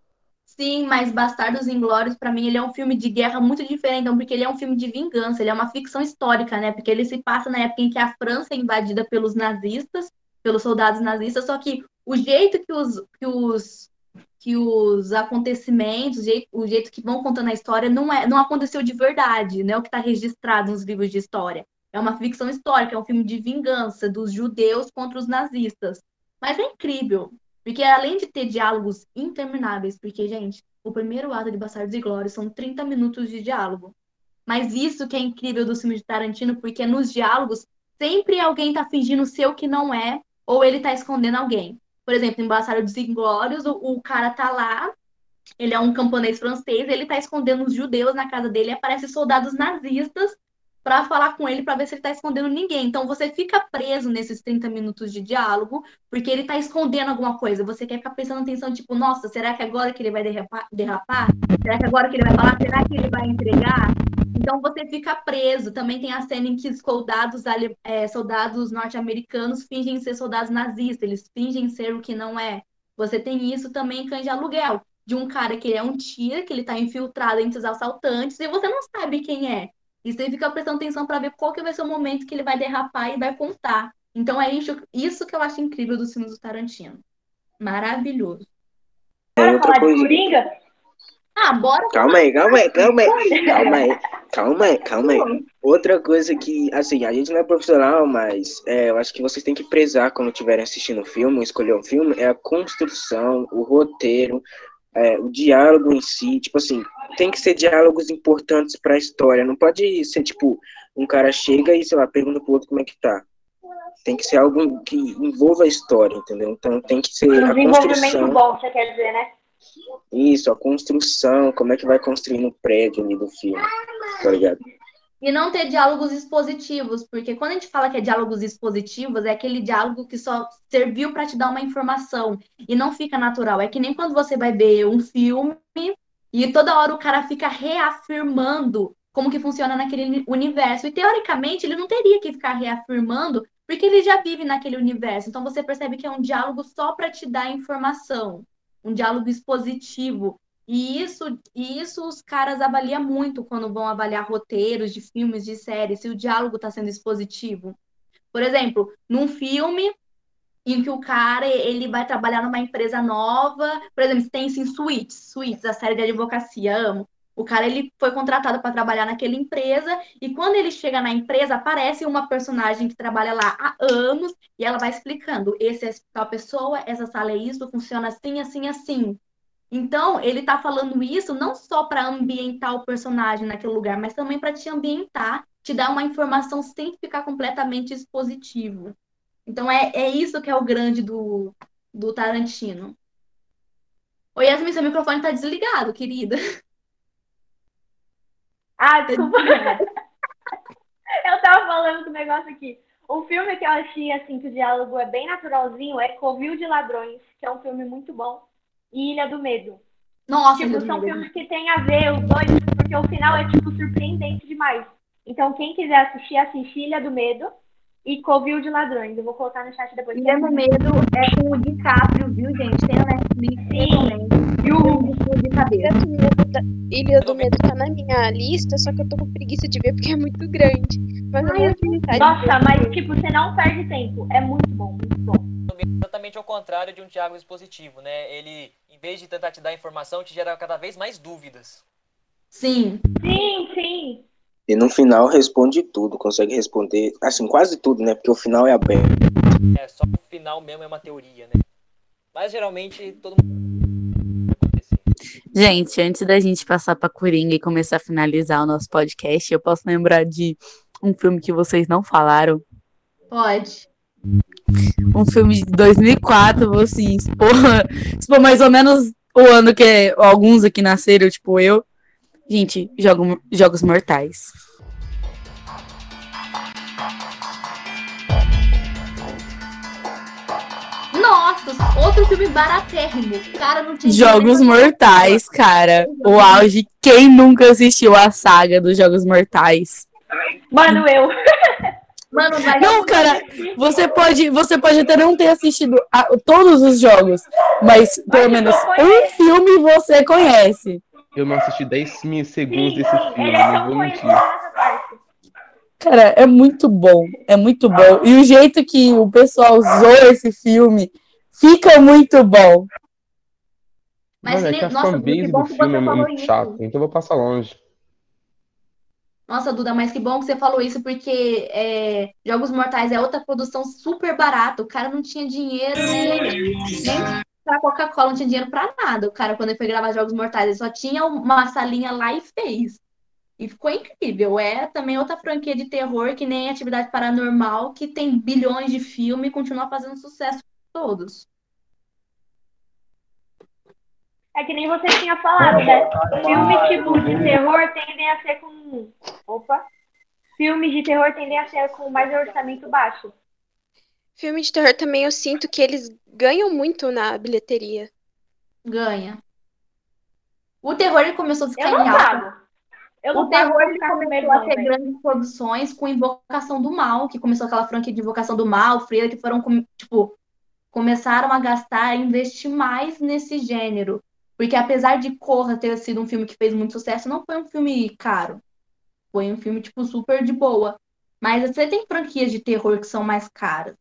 sim, mas Bastardos Inglórios, pra mim, ele é um filme de guerra muito diferente, então, porque ele é um filme de vingança, ele é uma ficção histórica, né? Porque ele se passa na época em que a França é invadida pelos nazistas, pelos soldados nazistas, só que o jeito que os, que os que os acontecimentos, o jeito, o jeito que vão contando a história não é, não aconteceu de verdade, né? O que está registrado nos livros de história. É uma ficção histórica, é um filme de vingança dos judeus contra os nazistas. Mas é incrível, porque além de ter diálogos intermináveis, porque, gente, o primeiro ato de Bastardos e Glórias são trinta minutos de diálogo. Mas isso que é incrível do filme de Tarantino, porque nos diálogos sempre alguém tá fingindo ser o que não é, ou ele tá escondendo alguém. Por exemplo, em Bastardos Inglórios, o, o cara tá lá, ele é um camponês francês, ele tá escondendo os judeus na casa dele e aparecem soldados nazistas para falar com ele para ver se ele tá escondendo ninguém. Então você fica preso nesses trinta minutos de diálogo, porque ele tá escondendo alguma coisa. Você quer ficar prestando atenção, tipo, nossa, será que agora que ele vai derrapar? derrapar? Será que agora que ele vai falar? Será que ele vai entregar? Então você fica preso. Também tem a cena em que os soldados, ale- é, soldados norte-americanos fingem ser soldados nazistas, eles fingem ser o que não é. Você tem isso também em Cães de Aluguel, de um cara que é um tira, que ele tá infiltrado entre os assaltantes, e você não sabe quem é. E você fica prestando atenção para ver qual que vai ser o momento que ele vai derrapar e vai contar. Então é isso, isso que eu acho incrível dos filmes do Tarantino. Maravilhoso. Tem Bora outra falar de coisa. Coringa? Ah, bora Calma aí, calma aí, calma aí, calma aí, calma aí, calma aí. Outra coisa que, assim, a gente não é profissional, mas é, eu acho que vocês têm que prezar quando estiverem assistindo o filme, escolher um filme, é a construção, o roteiro, é, o diálogo em si. Tipo assim, tem que ser diálogos importantes para a história. Não pode ser, tipo, um cara chega e, sei lá, pergunta pro outro como é que tá. Tem que ser algo que envolva a história, entendeu? Então tem que ser Um a desenvolvimento construção. bom, você quer dizer, né? Isso, a construção, como é que vai construindo o prédio ali do filme, tá ligado? E não ter diálogos expositivos, porque quando a gente fala que é diálogos expositivos, é aquele diálogo que só serviu para te dar uma informação e não fica natural. É que nem quando você vai ver um filme e toda hora o cara fica reafirmando como que funciona naquele universo. E teoricamente ele não teria que ficar reafirmando, porque ele já vive naquele universo. Então você percebe que é um diálogo só para te dar informação, um diálogo expositivo. E isso, e isso os caras avaliam muito quando vão avaliar roteiros de filmes, de séries, se o diálogo está sendo expositivo. Por exemplo, num filme em que o cara ele vai trabalhar numa empresa nova, por exemplo, tem sim Suits, Suits, a série de advocacia, amo. O cara ele foi contratado para trabalhar naquela empresa e quando ele chega na empresa aparece uma personagem que trabalha lá há anos e ela vai explicando, esse é tal pessoa, essa sala é isso, funciona assim, assim, assim. Então, ele tá falando isso não só para ambientar o personagem naquele lugar, mas também para te ambientar, te dar uma informação sem ficar completamente expositivo. Então, é, é isso que é o grande do, do Tarantino. Oi, Yasmin, seu microfone tá desligado, querida. Ah, desculpa. Eu tava falando do negócio aqui. Um filme que eu achei, assim, que o diálogo é bem naturalzinho é Covil de Ladrões, que é um filme muito bom. e Ilha do Medo. Nossa, tipo, Ilha do são Medo. filmes que tem a ver os dois, porque o final é, tipo, surpreendente demais. Então, quem quiser assistir, assiste Ilha do Medo e Covil de Ladrões. Eu vou colocar no chat depois. Ilha do Medo é com o DiCaprio, viu, gente? Tem na Netflix, recomendo. E o de cabeça. Ilha do Medo tá na minha lista, só que eu tô com preguiça de ver porque é muito grande. Mas eu Ai, vou eu tentar de Nossa, ver. mas, tipo, você não perde tempo. É muito bom, muito bom. Exatamente ao contrário de um Thiago Expositivo, né? Ele, em vez de tentar te dar informação, te gera cada vez mais dúvidas. Sim. Sim, sim. E no final responde tudo, consegue responder, assim, quase tudo, né? Porque o final é aberto. É, só o final mesmo é uma teoria, né? Mas geralmente todo mundo... Gente, antes da gente passar pra Coringa e começar a finalizar o nosso podcast, eu posso lembrar de um filme que vocês não falaram? Pode. Um filme de dois mil e quatro, vou assim, expor, expor mais ou menos o ano que alguns aqui nasceram, tipo eu. Gente, jogo, Jogos Mortais. Nossa, outro filme baratérrimo. O cara não tinha... Jogos Mortais, cara. O auge. Quem nunca assistiu a saga dos Jogos Mortais? Mano, eu. Mano, vai... Não, cara, você pode, você pode até não ter assistido a, todos os jogos, mas pelo menos um filme você conhece. Eu não assisti dez segundos desse filme, Ele é não tão vou conhecido mentir. nessa parte. Cara, é muito bom, é muito bom. E o jeito que o pessoal usou esse filme fica muito bom. Mas, Mano, é que a nossa, fanbase que do bom que filme você é falou muito isso. chato, então eu vou passar longe. Nossa, Duda, mas que bom que você falou isso, porque é, Jogos Mortais é outra produção super barata. O cara não tinha dinheiro nem, nem pra Coca-Cola, não tinha dinheiro pra nada. O cara, quando ele foi gravar Jogos Mortais, ele só tinha uma salinha lá e fez. E ficou incrível. É também outra franquia de terror, que nem Atividade Paranormal, que tem bilhões de filme e continua fazendo sucesso todos. É que nem você tinha falado, né? Filmes tipo de terror tendem a ser com. Opa! Filmes de terror tendem a ser com mais orçamento baixo. Filme de terror também eu sinto que eles ganham muito na bilheteria. Ganha. O terror ele começou a ficar Eu não em alta. pago. Eu não O terror pago pra ele ficar com medo, começou a não, ter velho. grandes produções com Invocação do Mal, que começou aquela franquia de Invocação do Mal, Freira, que foram, com- tipo, começaram a gastar, a investir mais nesse gênero. Porque apesar de Corra ter sido um filme que fez muito sucesso, não foi um filme caro. Foi um filme, tipo, super de boa. Mas você tem franquias de terror que são mais caras.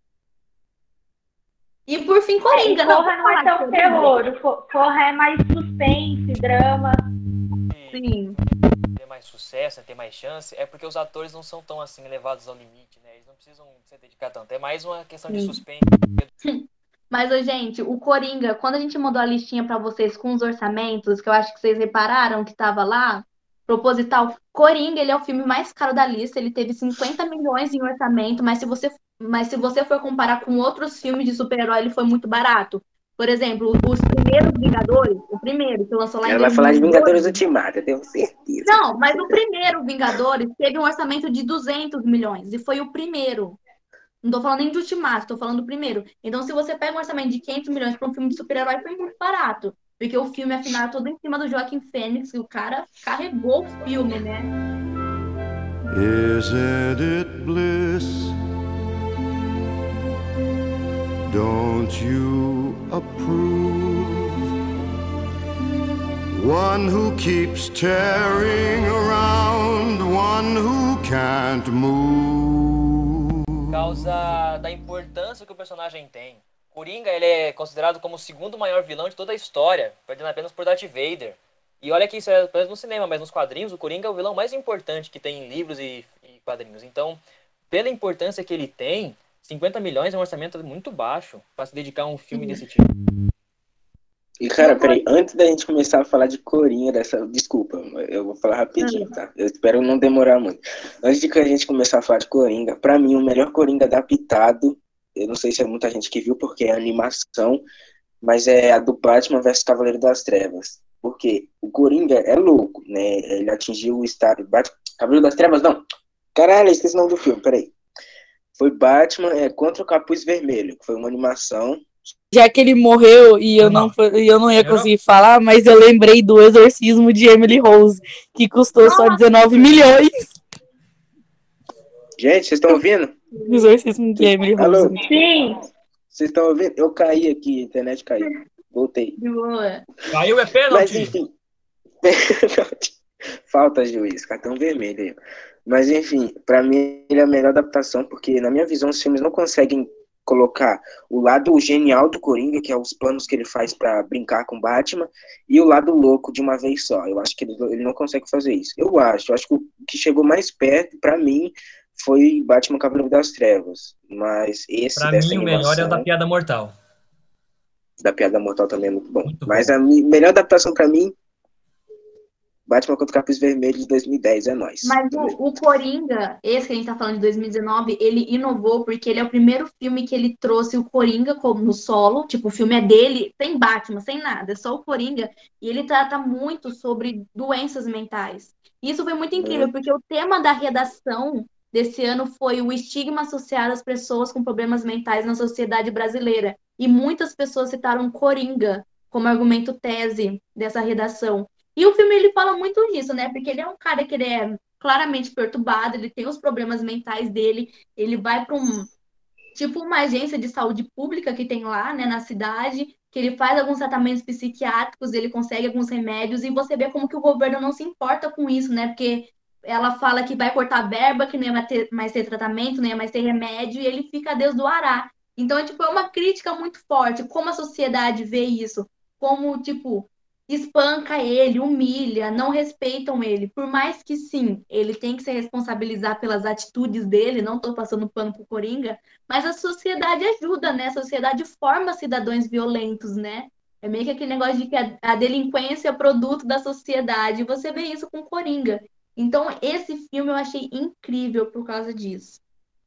E por fim, É, e Coringa. Não, Corra vou não é falar tão de Coringa. terror. O Co- Corra é mais suspense, drama. Sim. Ter mais sucesso, né, ter mais chance, é porque os atores não são tão assim levados ao limite, né? Eles não precisam se dedicar tanto. É mais uma questão de Sim. suspense. Mas, ô, gente, o Coringa, quando a gente mandou a listinha pra vocês com os orçamentos, que eu acho que vocês repararam que tava lá, proposital, Coringa, ele é o filme mais caro da lista, ele teve cinquenta milhões em orçamento, mas se você, mas se você for comparar com outros filmes de super-herói, ele foi muito barato. Por exemplo, os primeiros Vingadores, o primeiro que lançou lá em Ela vai falar de dois mil e doze. Vingadores Ultimato, eu tenho certeza. Não, mas o primeiro Vingadores teve um orçamento de duzentos milhões, e foi o primeiro. Não tô falando nem de Ultimato, tô falando do primeiro. Então, se você pega um orçamento de quinhentos milhões para um filme de super-herói, foi muito barato. Porque o filme, afinal, é todo em cima do Joaquin Phoenix, e o cara carregou o filme, né? Isn't it bliss? Don't you approve? One who keeps tearing around, one who can't move. Por causa da importância que o personagem tem. Coringa, ele é considerado como o segundo maior vilão de toda a história, perdendo apenas por Darth Vader. E olha que isso é apenas no cinema, mas nos quadrinhos, o Coringa é o vilão mais importante que tem em livros e, e quadrinhos. Então, pela importância que ele tem, cinquenta milhões é um orçamento muito baixo para se dedicar a um filme desse tipo. E, cara, peraí, antes da gente começar a falar de Coringa, dessa... desculpa, eu vou falar rapidinho, tá? Eu espero não demorar muito. Antes de que a gente começar a falar de Coringa, pra mim, o melhor Coringa adaptado, eu não sei se é muita gente que viu, porque é animação, mas é a do Batman versus Cavaleiro das Trevas. Porque o Coringa é louco, né? Ele atingiu o estado... Batman... Cavaleiro das Trevas, não! Caralho, esqueci o nome do filme, peraí. Foi Batman é, contra o Capuz Vermelho, que foi uma animação Já que ele morreu e eu não, e eu não ia conseguir falar, mas eu lembrei do Exorcismo de Emily Rose, que custou só dezenove milhões. Gente, vocês estão ouvindo? O Exorcismo de Emily Rose. Alô? Sim. Vocês estão ouvindo? Eu caí aqui, a internet caiu. Voltei. Caiu é pênalti. Mas enfim. Falta juiz, cartão vermelho aí. Mas enfim, pra mim ele é a melhor adaptação, porque na minha visão os filmes não conseguem colocar o lado genial do Coringa, que é os planos que ele faz pra brincar com Batman, e o lado louco de uma vez só. Eu acho que ele, ele não consegue fazer isso. Eu acho, eu acho que o que chegou mais perto, pra mim, foi Batman Cavaleiro das Trevas. Mas esse Pra dessa mim, o animação, melhor é o da Piada Mortal. da Piada Mortal também é muito bom. Muito Mas bom. a mi- melhor adaptação pra mim, Batman contra o Capuz Vermelho de dois mil e dez, é nóis. Mas o, o Coringa, esse que a gente tá falando de dois mil e dezenove, ele inovou porque ele é o primeiro filme que ele trouxe o Coringa como no solo. Tipo, o filme é dele, sem Batman, sem nada, é só o Coringa. E ele trata muito sobre doenças mentais. E isso foi muito incrível, porque o tema da redação desse ano foi o estigma associado às pessoas com problemas mentais na sociedade brasileira. E muitas pessoas citaram Coringa como argumento tese dessa redação. E o filme, ele fala muito nisso, né? Porque ele é um cara que ele é claramente perturbado, ele tem os problemas mentais dele, ele vai para um, tipo, uma agência de saúde pública que tem lá, né, na cidade, que ele faz alguns tratamentos psiquiátricos, ele consegue alguns remédios, e você vê como que o governo não se importa com isso, né? Porque ela fala que vai cortar verba, que não ia mais ter, mais ter tratamento, não ia mais ter remédio, e ele fica a Deus do Ará. Então, é, tipo, é uma crítica muito forte. Como a sociedade vê isso? Como, tipo, espanca ele, humilha, não respeitam ele. Por mais que sim, ele tem que se responsabilizar pelas atitudes dele, não estou passando pano pro Coringa, mas a sociedade ajuda, né? A sociedade forma cidadãos violentos, né? É meio que aquele negócio de que a, a delinquência é produto da sociedade. E você vê isso com Coringa. Então, esse filme eu achei incrível por causa disso.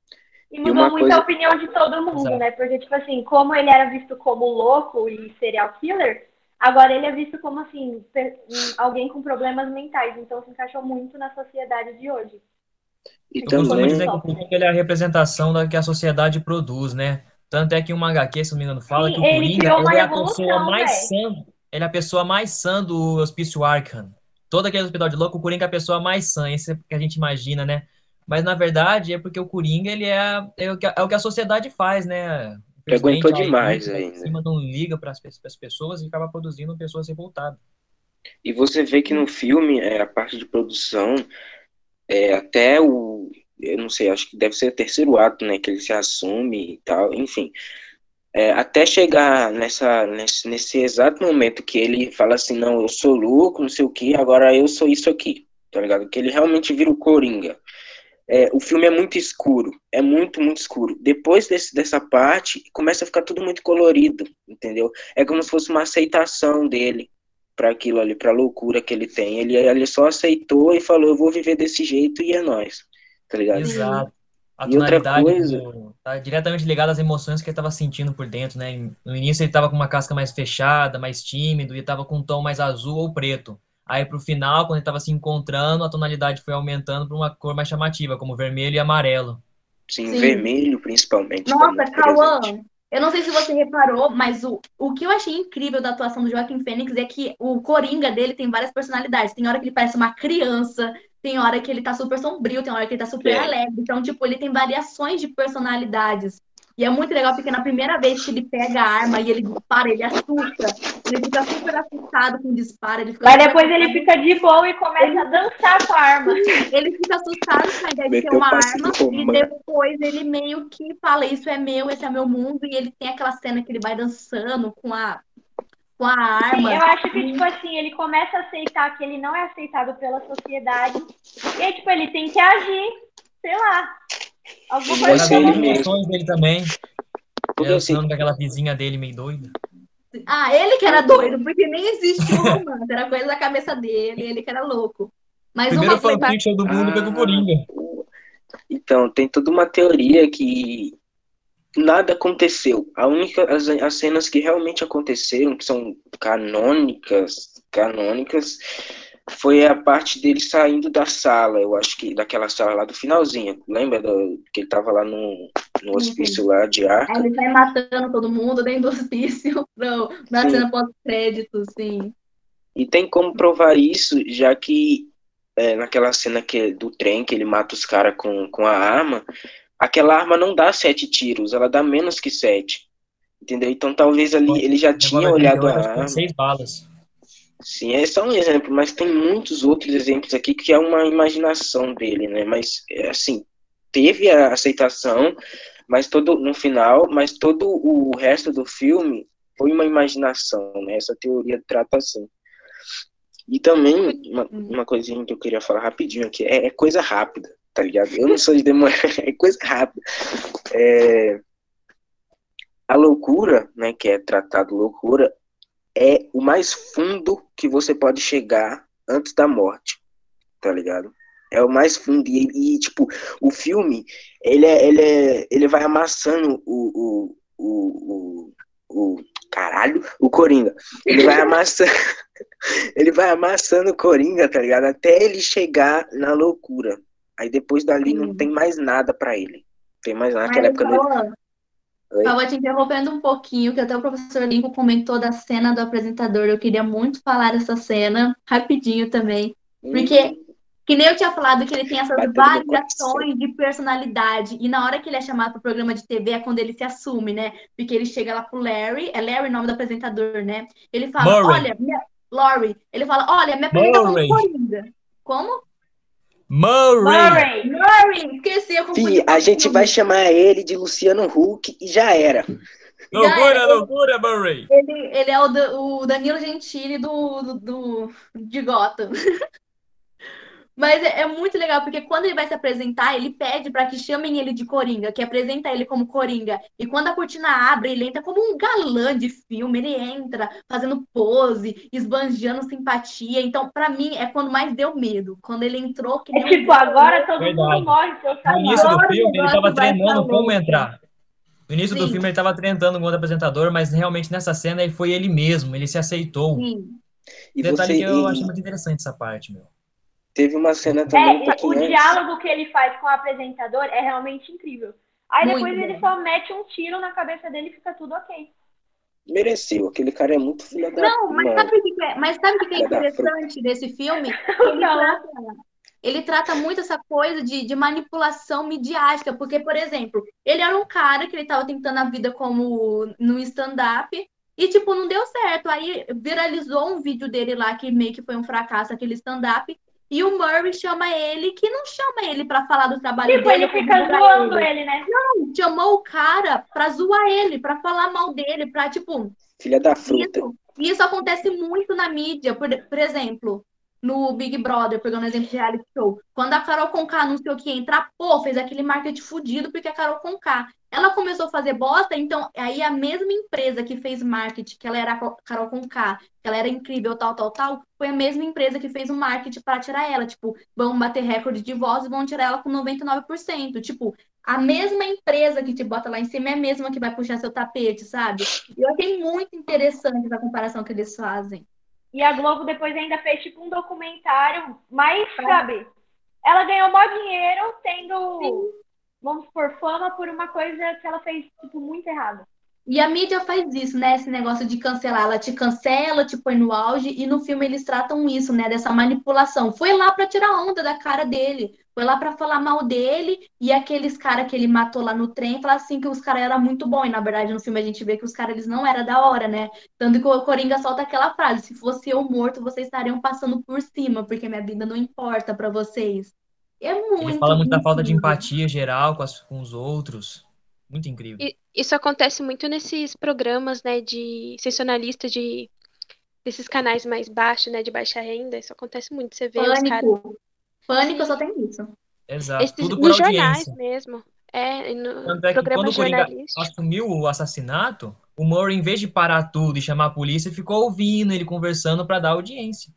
E mudou muito a opinião de todo mundo, né? Porque, tipo assim, como ele era visto como louco e serial killer, agora ele é visto como, assim, alguém com problemas mentais. Então, se encaixou muito na sociedade de hoje. E Eu também... costumo dizer que o Coringa ele é a representação da que a sociedade produz, né? Tanto é que uma agá quê, se não me engano, fala Sim, que o ele Coringa criou uma ele é a revolução, pessoa mais velho. sã. Ele é a pessoa mais sã do Hospício Arkham. Todo aquele hospital de louco, o Coringa é a pessoa mais sã. Isso é o que a gente imagina, né? Mas, na verdade, é porque o Coringa ele é, é, o, que, é o que a sociedade faz, né? Que aguentou Infelizmente, a demais elite lá em ainda. cima não liga para as pessoas e acaba produzindo pessoas revoltadas. E você vê que no filme, é, a parte de produção, é, até o... Eu não sei, acho que deve ser o terceiro ato, né? Que ele se assume e tal, enfim. É, até chegar nessa, nesse, nesse exato momento que ele fala assim, não, eu sou louco, não sei o que, agora eu sou isso aqui, tá ligado? Que ele realmente vira o Coringa. É, o filme é muito escuro, é muito, muito escuro. Depois desse, dessa parte, começa a ficar tudo muito colorido, entendeu? É como se fosse uma aceitação dele para aquilo ali, pra loucura que ele tem. Ele, ele só aceitou e falou, eu vou viver desse jeito e é nóis, tá ligado? Exato. A E outra tonalidade coisa... do, tá diretamente ligada às emoções que ele estava sentindo por dentro, né? No início ele estava com uma casca mais fechada, mais tímido, e estava com um tom mais azul ou preto. Aí pro final, quando ele estava se encontrando, a tonalidade foi aumentando para uma cor mais chamativa, como vermelho e amarelo. Sim, Sim. vermelho principalmente. tá Nossa, muito Cauã, presente. eu não sei se você reparou, mas o, o que eu achei incrível da atuação do Joaquin Phoenix é que o Coringa dele tem várias personalidades. Tem hora que ele parece uma criança, tem hora que ele tá super sombrio, tem hora que ele tá super É. alegre. Então, tipo, ele tem variações de personalidades. E é muito legal porque na primeira vez que ele pega a arma e ele dispara, ele assusta. Ele fica super assustado com o disparo. Ele fica Mas super depois ele assustado. fica de boa e começa Ele- a dançar com a arma. Ele fica assustado com a ideia de ter Meteu uma passe de arma e comando. depois ele meio que fala, isso é meu, esse é meu mundo, e ele tem aquela cena que ele vai dançando com a, com a Sim, arma. eu acho que, tipo assim, ele começa a aceitar que ele não é aceitado pela sociedade. E aí, tipo, ele tem que agir, sei lá. Alguma Vai coisa ser As ele como mesmo. emoções dele também. Porque assim, Relacionando com aquela vizinha dele meio doida. Ah, ele que era doido, porque nem existia o romance, era coisa da cabeça dele, ele que era louco. Mas Primeiro uma coisa... fanfiction do mundo foi com o Coringa. então, tem toda uma teoria que nada aconteceu. A única, as, as cenas que realmente aconteceram, que são canônicas, canônicas, foi a parte dele saindo da sala, eu acho que daquela sala lá do finalzinho. Lembra do, que ele tava lá no, no hospício lá de Aí Arca? ele sai matando todo mundo dentro do hospício, não, na Sim. cena pós-crédito, sim. E tem como provar isso, já que é, naquela cena que, do trem, que ele mata os caras com, com a arma, aquela arma não dá sete tiros, ela dá menos que sete. Entendeu? Então talvez ali ele já tinha olhado a arma. Seis balas. Sim, é só um exemplo, mas tem muitos outros exemplos aqui que é uma imaginação dele, né? Mas, é, assim, teve a aceitação, mas todo, no final, mas todo o resto do filme foi uma imaginação, né? Essa teoria trata assim. E também, uma, uma coisinha que eu queria falar rapidinho aqui, é, é coisa rápida, tá ligado? Eu não sou de demorar, é coisa rápida. É, a loucura, né, que é tratado loucura, é o mais fundo que você pode chegar antes da morte, tá ligado? É o mais fundo. E, e tipo, o filme, ele, é, ele, é, ele vai amassando o, o, o, o, o... Caralho, o Coringa. Ele vai amassando... ele vai amassando o Coringa, tá ligado? Até ele chegar na loucura. Aí depois dali Sim. não tem mais nada pra ele. Não tem mais nada. Mas, Naquela época... Paola, Ele... Oi? Tava te interrompendo um pouquinho, que até o professor Lincoln comentou da cena do apresentador. Eu queria muito falar dessa cena, rapidinho também. Porque, que nem eu tinha falado, que ele tem essas Bateu no meu variações de personalidade. E na hora que ele é chamado para o programa de T V é quando ele se assume, né? Porque ele chega lá pro Larry, é Larry o nome do apresentador, né? Ele fala, Murray. olha, minha... Laurie, ele fala, olha, me apresenta como Murray. Coringa. Como? Murray. Murray, Murray, esqueci, eu confundi Fih, com a o gente filme. vai chamar ele de Luciano Huck e já era. Loucura, é, loucura, Murray. Ele, ele é o, Da- o Danilo Gentili do, do, do- de Gotham. Mas é, é muito legal, porque quando ele vai se apresentar, ele pede para que chamem ele de Coringa, que apresenta ele como Coringa. E quando a cortina abre, ele entra como um galã de filme, ele entra fazendo pose, esbanjando simpatia. Então, para mim, é quando mais deu medo. Quando ele entrou, que É nem um tipo, agora todo Verdade. mundo morre se eu No sair. início do Agora o filme, ele negócio tava vai treinando ficar como louco. entrar. No início do Sim. filme, ele tava treinando com outro apresentador, mas realmente nessa cena ele foi ele mesmo, ele se aceitou. Sim. E Detalhe você que eu e- achei muito interessante essa parte, meu. teve uma cena também um É, o pouquinho antes. diálogo que ele faz com o apresentador é realmente incrível. Aí Muito depois ele bom. só mete um tiro na cabeça dele e fica tudo ok. Mereceu, aquele cara é muito filho da... Não, mas Mano, sabe o que que é, mas sabe o que que é filha da fruta. interessante desse filme? Ele Não. trata, ele trata muito essa coisa de, de manipulação midiática, porque, por exemplo, ele era um cara que ele estava tentando a vida como no stand-up e, tipo, não deu certo. Aí viralizou um vídeo dele lá que meio que foi um fracasso, aquele stand-up, e o Murray chama ele, que não chama ele para falar do trabalho Tipo, dele. ele ou fica divulgar zoando ele. ele, né? Não, chamou o cara pra zoar ele, pra falar mal dele, pra, tipo, Filha da fruta. isso, isso acontece muito na mídia, por, por exemplo, no Big Brother, pegando um exemplo de reality show. Quando a Carol Conká anunciou que ia entrar, pô, fez aquele marketing fudido porque a Carol Conká. Ela começou a fazer bosta, então aí a mesma empresa que fez marketing, que ela era a Carol Conká, que ela era incrível, tal, tal, tal, foi a mesma empresa que fez o marketing para tirar ela. Tipo, vão bater recorde de votos e vão tirar ela com noventa e nove por cento. Tipo, a mesma empresa que te bota lá em cima é a mesma que vai puxar seu tapete, sabe? E eu achei muito interessante essa comparação que eles fazem. E a Globo depois ainda fez tipo um documentário, mas, sabe, ela ganhou maior dinheiro tendo, vamos supor, fama por uma coisa que ela fez, tipo, muito errada. E a mídia faz isso, né? Esse negócio de cancelar. Ela te cancela, te põe no auge, e no filme eles tratam isso, né? Dessa manipulação. Foi lá pra tirar onda da cara dele. Foi lá pra falar mal dele, e aqueles caras que ele matou lá no trem, falar assim que os caras eram muito bons. E na verdade, no filme a gente vê que os caras eles não eram da hora, né? Tanto que o Coringa solta aquela frase: se fosse eu morto, vocês estariam passando por cima, porque minha vida não importa pra vocês. É muito. Ele fala muito da falta de incrível. empatia geral com, as- com os outros. Muito incrível. E isso acontece muito nesses programas, né, de sensacionalista de desses canais mais baixos, né, de baixa renda. Isso acontece muito. Você vê os caras. Pânico. Pânico só tem isso. Exato. Esses, Tudo por nos jornais audiência. mesmo. É, e no Tanto é que quando programa o Coringa jornalístico. assumiu o assassinato, o Murray, em vez de parar tudo e chamar a polícia, ficou ouvindo ele conversando pra dar audiência.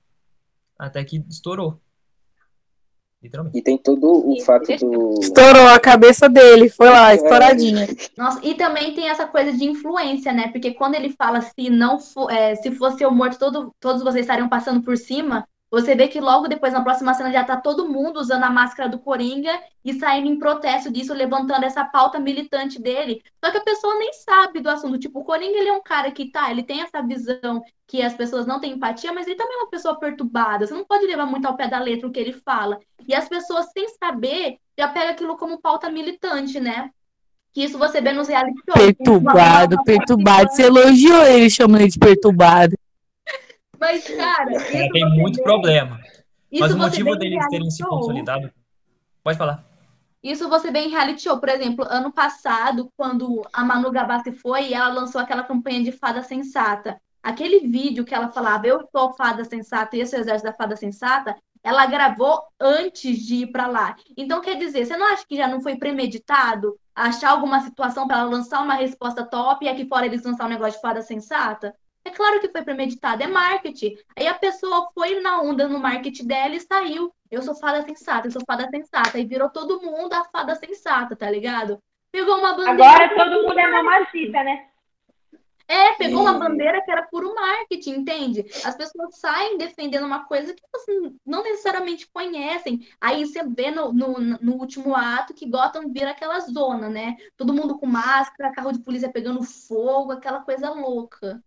Até que estourou. Literalmente. E tem todo o fato do... Estourou a cabeça dele, foi lá, estouradinha. Nossa, e também tem essa coisa de influência, né? Porque quando ele fala se não for, é, se fosse eu morto, todo, todos vocês estariam passando por cima, Você vê que logo depois, na próxima cena, já tá todo mundo usando a máscara do Coringa e saindo em protesto disso, levantando essa pauta militante dele. Só que a pessoa nem sabe do assunto. Tipo, o Coringa, ele é um cara que, tá, ele tem essa visão que as pessoas não têm empatia, mas ele também é uma pessoa perturbada. Você não pode levar muito ao pé da letra o que ele fala. E as pessoas, sem saber, já pegam aquilo como pauta militante, né? Que isso você vê nos reality shows. Perturbado, perturbado. Você elogiou ele chamando ele de perturbado. Mas, cara, isso Ela tem você muito vê- problema. isso Mas o você motivo vê em deles reality terem se show. consolidado. Pode falar. Isso você vê em reality show. Por exemplo, ano passado, quando a Manu Gavassi foi, ela lançou aquela campanha de Fada Sensata. Aquele vídeo que ela falava, eu sou fada sensata e esse é o exército da fada sensata, ela gravou antes de ir pra lá. Então, quer dizer, você não acha que já não foi premeditado achar alguma situação para ela lançar uma resposta top e aqui fora eles lançar um negócio de fada sensata? É claro que foi premeditado, é marketing. Aí a pessoa foi na onda no marketing dela e saiu. Eu sou fada sensata, eu sou fada sensata. E virou todo mundo a fada sensata, tá ligado? Pegou uma bandeira. Agora todo mundo é mamacita, né? É, pegou uma E- bandeira que era puro marketing, entende? As pessoas saem defendendo uma coisa que assim, não necessariamente conhecem. Aí você vê no, no, no último ato que Gotham vira aquela zona, né? Todo mundo com máscara, carro de polícia pegando fogo, aquela coisa louca.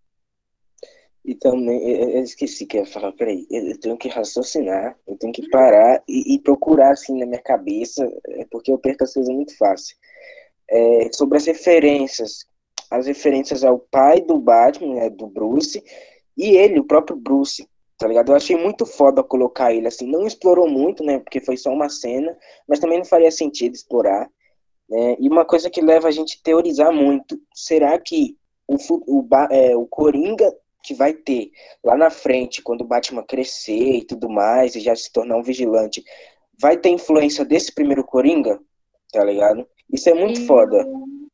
E também, eu eu esqueci que eu ia falar, peraí, eu eu tenho que raciocinar, eu tenho que parar e, e procurar assim na minha cabeça, é porque eu perco as coisas muito fácil. É, sobre as referências, as referências ao pai do Batman, né, do Bruce, e ele, o próprio Bruce, tá ligado? Eu achei muito foda colocar ele assim, não explorou muito, né, porque foi só uma cena, mas também não faria sentido explorar, né? E uma coisa que leva a gente a teorizar muito, será que o, fu- o, Ba- é, o Coringa que vai ter lá na frente, quando o Batman crescer e tudo mais, e já se tornar um vigilante, vai ter influência desse primeiro Coringa, tá ligado? Isso é muito foda.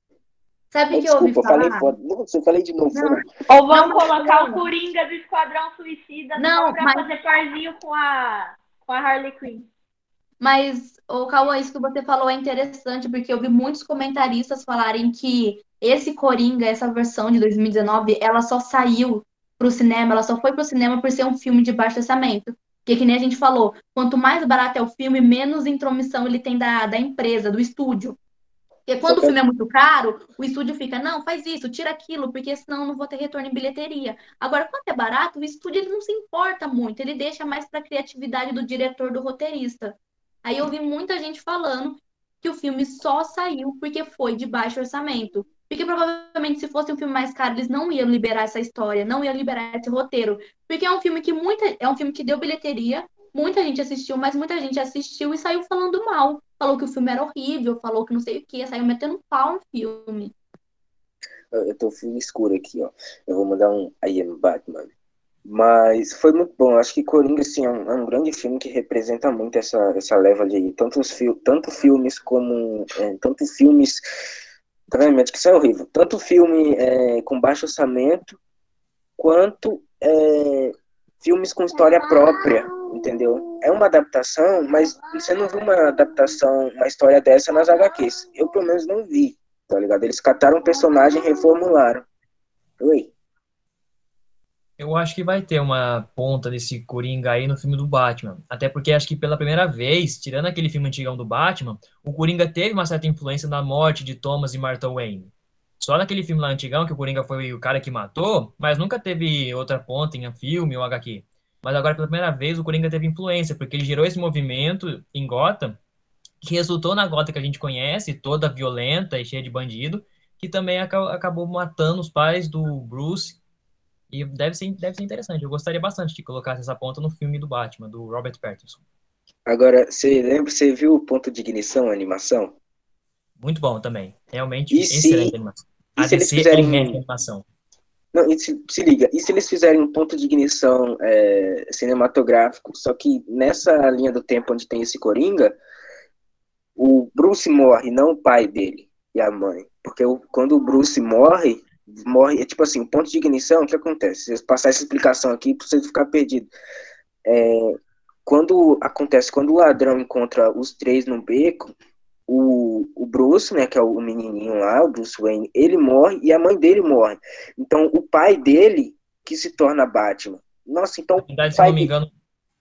Sabe o Oh, que eu ouvi desculpa, eu falei falar? foda. Nossa, eu falei de novo. Não. foda. Ou vão Não, mas colocar não. o Coringa do Esquadrão Suicida Não, só pra mas- fazer parzinho com a, com a Harley Quinn. Mas, o Cauã, isso que você falou é interessante, porque eu vi muitos comentaristas falarem que esse Coringa, essa versão de dois mil e dezenove, ela só saiu pro cinema, ela só foi pro cinema por ser um filme de baixo orçamento. Porque, que nem a gente falou, quanto mais barato é o filme, menos intromissão ele tem da, da empresa, do estúdio. Porque quando Só o que- filme é muito caro, o estúdio fica, não, faz isso, tira aquilo, porque senão eu não vou ter retorno em bilheteria. Agora, quando é barato, o estúdio ele não se importa muito, ele deixa mais para a criatividade do diretor, do roteirista. Aí eu vi muita gente falando que o filme só saiu porque foi de baixo orçamento. Porque provavelmente se fosse um filme mais caro, eles não iam liberar essa história, não iam liberar esse roteiro. Porque é um filme que muita, é um filme que deu bilheteria, muita gente assistiu, mas muita gente assistiu e saiu falando mal. Falou que o filme era horrível, falou que não sei o que, saiu metendo pau no filme. Eu eu tô fio escuro aqui, ó. Eu vou mandar um I Am Batman. Mas foi muito bom. Acho que Coringa, assim, é um, é um grande filme que representa muito essa, essa leva de tantos fil tanto filmes como... É, tanto filmes... Tá vendo? Minha dicção é horrível. Tanto filme é, com baixo orçamento, quanto é, filmes com história própria, entendeu? É uma adaptação, mas você não viu uma adaptação, uma história dessa nas H Qs. Eu, pelo menos, não vi, tá ligado? Eles cataram um personagem e reformularam. Oi? Eu acho que vai ter uma ponta desse Coringa aí no filme do Batman. Até porque acho que pela primeira vez, tirando aquele filme antigão do Batman, o Coringa teve uma certa influência na morte de Thomas e Martha Wayne. Só naquele filme lá antigão, que o Coringa foi o cara que matou, mas nunca teve outra ponta em filme ou H Q. Mas agora, pela primeira vez, o Coringa teve influência, porque ele gerou esse movimento em Gotham, que resultou na Gotham que a gente conhece, toda violenta e cheia de bandido, que também aca- acabou matando os pais do Bruce. E deve ser, deve ser interessante. Eu gostaria bastante de colocar essa ponta no filme do Batman, do Robert Pattinson. Agora, você lembra, você viu o Ponto de Ignição, a animação? Muito bom também. Realmente, E se- excelente animação. e A se eles D C fizerem- é imensa animação. Não, e se, se liga, e se eles fizerem um ponto de ignição é, cinematográfico, só que nessa linha do tempo onde tem esse Coringa, o Bruce morre, não o pai dele e a mãe. Porque o, quando o Bruce morre, morre, é tipo assim, o ponto de ignição, o que acontece? Se eu passar essa explicação aqui para você ficar perdido. É, quando acontece, quando o ladrão encontra os três no beco, o, o Bruce, né, que é o menininho lá, o Bruce Wayne, ele morre e a mãe dele morre. Então, o pai dele que se torna Batman. Nossa, então Na verdade, o se pai não me dele- engano,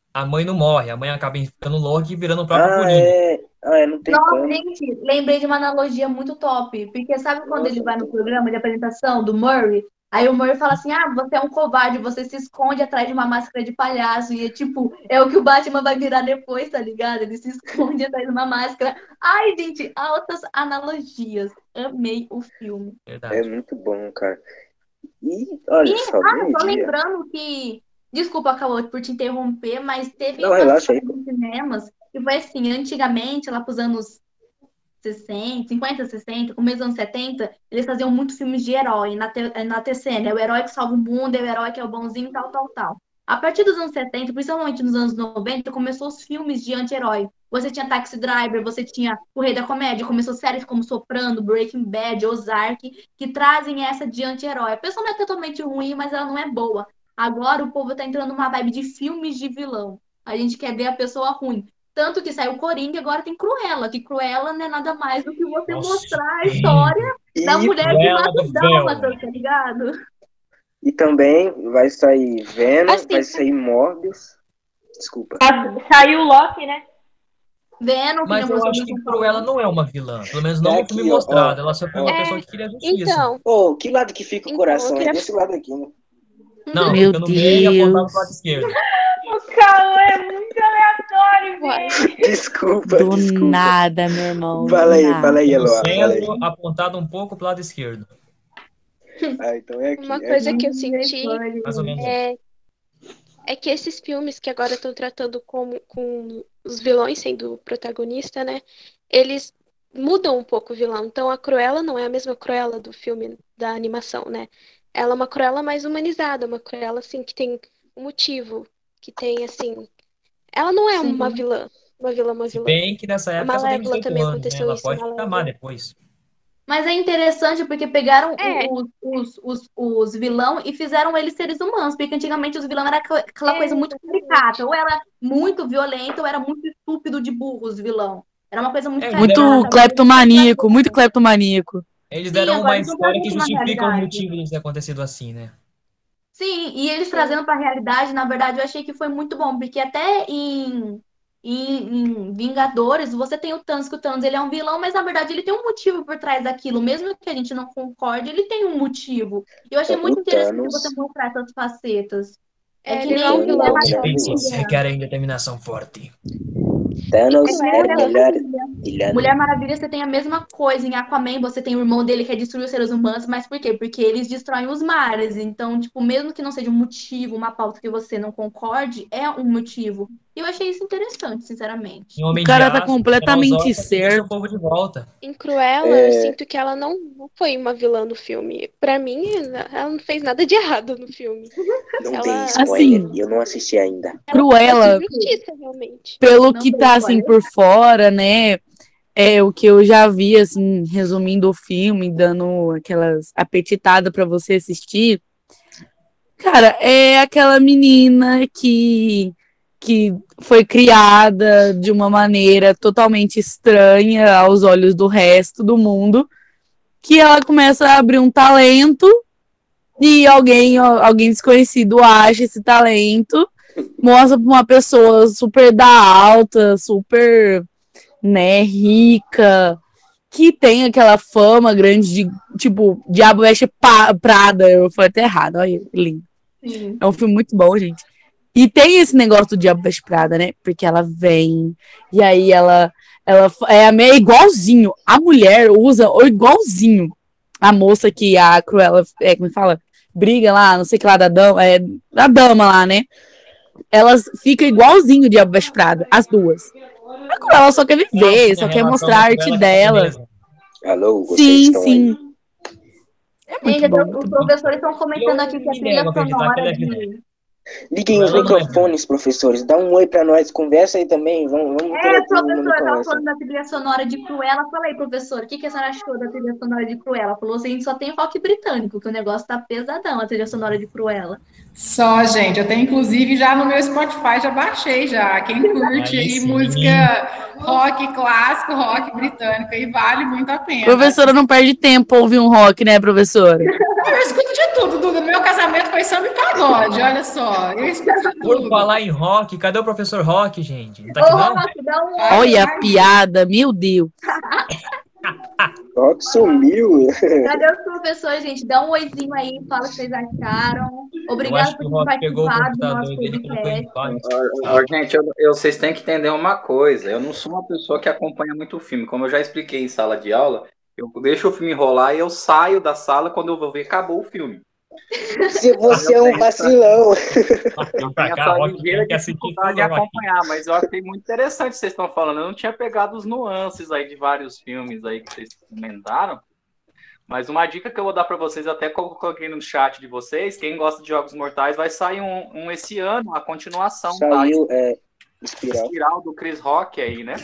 a mãe não morre, a mãe acaba ficando louca e virando o próprio Ah, Coringa. é. Ah, é, não tem Nossa, como. gente, lembrei de uma analogia muito top. Porque sabe quando Nossa, ele vai não no tem programa de apresentação do Murray? Aí o Murray fala assim: ah, você é um covarde, você se esconde atrás de uma máscara de palhaço. E é tipo, é o que o Batman vai virar depois, tá ligado? Ele se esconde atrás de uma máscara. Ai, gente, altas analogias. Amei o filme. É Verdade. muito bom, cara. E olha E, só, ah, bom só dia. lembrando que. Desculpa, Acabou por te interromper, mas teve Não, uma relaxa aí, fase nos cinemas que foi assim, antigamente, lá pros anos sessenta, cinquenta, sessenta, começo dos anos setenta, eles faziam muito filmes de herói na, T- na T C N. É o herói que salva o mundo, é o herói que é o bonzinho, tal, tal, tal. A partir dos anos setenta, principalmente nos anos noventa, começou os filmes de anti-herói. Você tinha Taxi Driver, você tinha O Rei da Comédia, começou séries como Soprano, Breaking Bad, Ozark, que trazem essa de anti-herói. A pessoa não é totalmente ruim, mas ela não é boa. Agora o povo tá entrando numa vibe de filmes de vilão. A gente quer ver a pessoa ruim. Tanto que saiu Coringa e agora tem Cruella, que Cruella não é nada mais do que você Nossa, mostrar a terrível. história da E, mulher que Cruella mata do os dálmatas, Velma. tá ligado? e também vai sair Venom, Assim, vai sair Morbius. Desculpa. Saiu o Loki, né? Venom, que nem Mas o eu meu acho que Wilson Cruella falou. não é uma vilã. Pelo menos É não no filme aqui, ó, ó, mostrado. Ela só foi uma ó. pessoa É, que queria justiça. então, Ô, que lado que fica o então, eu coração? É queria. desse lado aqui, né? Não, Meu fica no meio e apontado pro lado Deus. esquerdo. O Cauã é muito aleatório, Uai. velho. Desculpa, Do desculpa. nada, meu irmão. Do Fala aí, fala aí, nada. No Eloá, fala aí. centro, apontado um pouco pro lado esquerdo. Ah, então é aqui, Uma é coisa aqui. que eu senti Mais ou menos. é, é que esses filmes que agora estão tratando como, com os vilões sendo o protagonista, né? Eles mudam um pouco o vilão. Então a Cruella não é a mesma Cruella do filme da animação, né? Ela é uma Cruella mais humanizada, uma Cruella assim que tem um motivo, que tem assim, ela não é uma Sim. vilã, uma vilã, uma Se vilã. bem que nessa A época ela só tem Malévola dezoito também anos, né? aconteceu Ela isso, pode ficar má Malévola. depois. Mas é interessante porque pegaram É, os, os, os, os vilão e fizeram eles seres humanos, porque antigamente os vilão era aquela aquela coisa muito caricata, ou era muito violento, ou era muito estúpido de burro os vilão. Era uma coisa muito É, eles Muito deram, caricata. cleptomaníaco, muito cleptomaníaco. eles Sim, deram agora uma eles estão história trazendo que pra uma justifica o realidade. motivo de ter acontecido assim, né? Sim, e eles sim. trazendo para a realidade, na verdade, eu achei que foi muito bom, porque até em, em, em Vingadores, você tem o Thanos, que o Thanos ele é um vilão, mas na verdade ele tem um motivo por trás daquilo, mesmo que a gente não concorde, ele tem um motivo. E eu achei O muito interessante você Thanos, mostrar essas facetas. É É, que ele o não é um nem Thanos é Mulher o vilão melhor só. vilão. Pensos requerem determinação forte. E Thanos É que nem é o Mulher Cruella, melhor Maravilha. vilão. Mulher Maravilha, você tem a mesma coisa. Em Aquaman, você tem o irmão dele que é destruir os seres humanos, mas por quê? Porque eles destroem os mares. Então, tipo, mesmo que não seja um motivo, uma pauta que você não concorde, é um motivo. E eu achei isso interessante, sinceramente. Em O Homem de cara tá Aço, General completamente Zod queria seu certo. povo de volta. em Cruella, eu É, sinto que ela não, não foi uma vilã no filme. Pra mim, ela não fez nada de errado no filme. não Ela, tem spoiler, Assim, eu não assisti ainda. ela fez Cruella, justiça, realmente. pelo Não que tem tá assim spoiler. por fora, né? É o que eu já vi, assim, resumindo o filme, dando aquelas apetitadas pra você assistir. Cara, é aquela menina que, que foi criada de uma maneira totalmente estranha aos olhos do resto do mundo, que ela começa a abrir um talento e alguém, alguém desconhecido acha esse talento, mostra pra uma pessoa super da alta, super, né, rica, que tem aquela fama grande de, tipo, Diabo Veste Pa- Prada. Eu falei até errado, olha, que lindo. Sim. É um filme muito bom, gente. E tem esse negócio do Diabo Veste Prada, né? Porque ela vem, e aí ela, ela é meio igualzinho. A mulher usa o igualzinho. A moça que a Cruella, é, como fala? Briga lá, não sei o que lá da dama, é, da dama lá, né? Elas ficam igualzinho o Diabo Veste Prada, as duas. A Cruella só quer viver, Nossa, só a quer relação mostrar a da arte Cruella com a dela. beleza. Alô, vocês Sim, estão aí? sim. É Gente, muito até bom, os muito bom. professores estão comentando Eu aqui que a me trilha nego a acreditar que ela sonora é vilã. de. Liguem os Cruella não é vilã. microfones, professores. Dá um oi pra nós. Conversa aí também. Vamos, vamos É, interagir na professora, tava conversa. falando da trilha sonora de Cruella. Fala aí, professor, o que, que a senhora achou da trilha sonora de Cruella? Falou assim, a gente só tem rock britânico, que o negócio tá pesadão, a trilha sonora de Cruella. Só, gente, eu tenho inclusive já no meu Spotify, já baixei já. Quem curte Aí aí sim. música rock clássico, rock britânico, aí vale muito a pena. Professora não perde tempo pra ouvir um rock, né, professora? Eu escuto de tudo, Duda. Meu casamento foi samba e pagode, olha só. Eu escuto de Por tudo. falar em rock, cadê o professor Rock, gente? Não tá Ô, aqui não? Rock, dá um oi. Olha a piada, meu Deus. Rock sumiu. Cadê os professores, gente? Dá um oizinho aí, fala o que vocês acharam. Eu Obrigado acho que por o ter Rock pegou o participado do computador nosso dele e colocou em podcast. paz. Ó, ó, gente, eu, eu- vocês têm que entender uma coisa. Eu não sou uma pessoa que acompanha muito o filme. Como eu já expliquei em sala de aula, eu deixo o filme rolar e eu saio da sala quando eu vou ver, acabou o filme. Se você é um vacilão. Eu tenho essa ligeira dificuldade de acompanhar, mas eu achei muito interessante o que vocês estão falando. Eu não tinha pegado os nuances aí de vários filmes aí que vocês comentaram. Mas uma dica que eu vou dar para vocês, eu até coloquei no chat de vocês, quem gosta de Jogos Mortais, vai sair um, um esse ano, a continuação. Saiu, tá? é, Espiral. Espiral do Chris Rock aí, né?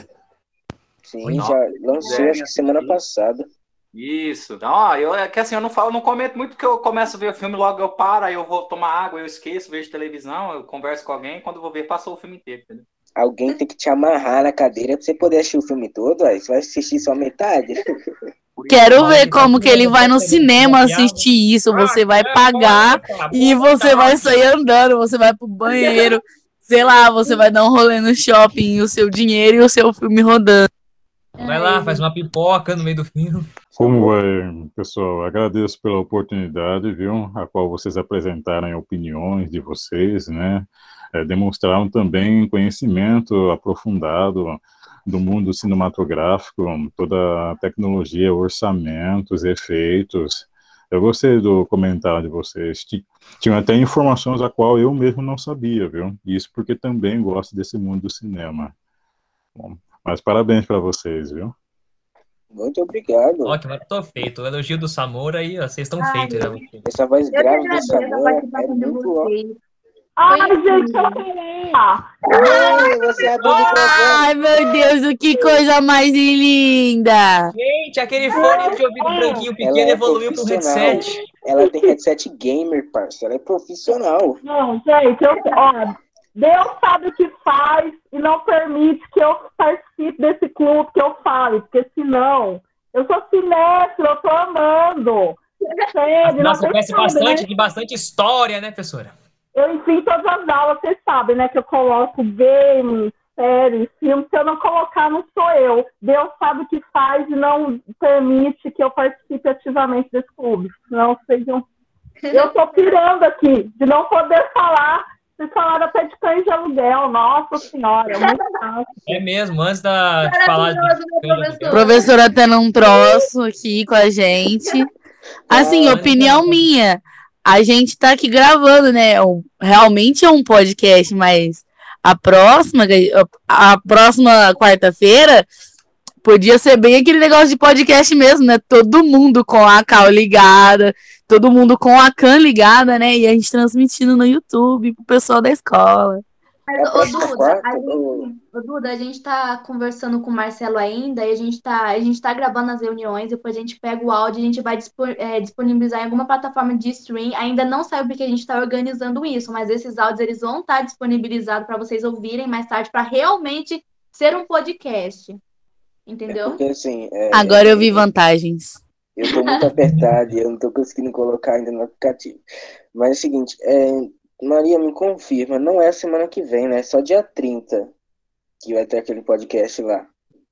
Sim, já lançou, acho que semana passada. Isso. Não, eu, é que assim, eu não falo, não comento muito, que eu começo a ver o filme, logo eu paro, aí eu vou tomar água, eu esqueço, vejo televisão, eu converso com alguém, quando eu vou ver, passou o filme inteiro, entendeu? Alguém tem que te amarrar na cadeira pra você poder assistir o filme todo, aí você vai assistir só metade. Quero ver como que ele vai no cinema assistir isso. Você vai pagar e você vai sair andando, você vai pro banheiro, sei lá, você vai dar um rolê no shopping, e o seu dinheiro e o seu filme rodando. Vai lá, faz uma pipoca no meio do filme. Como vai, pessoal? Agradeço pela oportunidade, viu? A qual vocês apresentaram opiniões de vocês, né? É, demonstraram também conhecimento aprofundado do mundo cinematográfico, toda a tecnologia, orçamentos, efeitos. Eu gostei do comentário de vocês. Tinham até informações a qual eu mesmo não sabia, viu? Isso porque também gosto desse mundo do cinema. Bom, mas parabéns para vocês, viu? Muito obrigado. Ótimo, eu tô feito. O elogio do Samora aí, ó, vocês estão feitos já. Essa voz Eu que grave do agradeço a Samora é participação de muito ó. vocês. Ai, Foi gente, incrível. eu queria. Ai, você abriu o microfone. Ai, meu Deus, que coisa mais linda! Gente, aquele fone de ouvido branquinho pequeno Ela é evoluiu para um profissional. headset. Ela tem headset gamer, parça. Ela é profissional. Não, gente, eu, ó, Deus sabe o que faz e não permite que eu participe desse clube, que eu fale, porque senão eu sou cinéfila, eu tô amando. Sério, não Nossa, tem conhece como, bastante, né? de bastante história, né, professora? Eu ensino todas as aulas, vocês sabem, né? Que eu coloco games, séries, filmes. Se eu não colocar, não sou eu. Deus sabe o que faz e não permite que eu participe ativamente desse clube. Senão sejam. Eu tô pirando aqui de não poder falar. Vocês falaram até de cães de aluguel. Nossa Senhora, é muito fácil. É mesmo, antes da, de falar de... A professora tendo um troço aqui com a gente. Assim, opinião minha. A gente tá aqui gravando, né? Realmente é um podcast, mas a próxima, a próxima quarta-feira podia ser bem aquele negócio de podcast mesmo, né? Todo mundo com a cal ligada, todo mundo com a cam ligada, né? E a gente transmitindo no YouTube pro pessoal da escola. Mas, ô, Duda, a gente, ô, Duda, a gente tá conversando com o Marcelo ainda e a gente tá, a gente tá gravando as reuniões, depois a gente pega o áudio e a gente vai dispor, é, disponibilizar em alguma plataforma de stream. Ainda não saiu porque a gente tá organizando isso, mas esses áudios eles vão estar disponibilizados para vocês ouvirem mais tarde, para realmente ser um podcast. Entendeu? É porque, assim, é, Agora eu vi vantagens. Eu tô muito apertado e eu não tô conseguindo colocar ainda no aplicativo. Mas é o seguinte, é, Maria, me confirma, não é semana que vem, né? É só dia trinta que vai ter aquele podcast lá.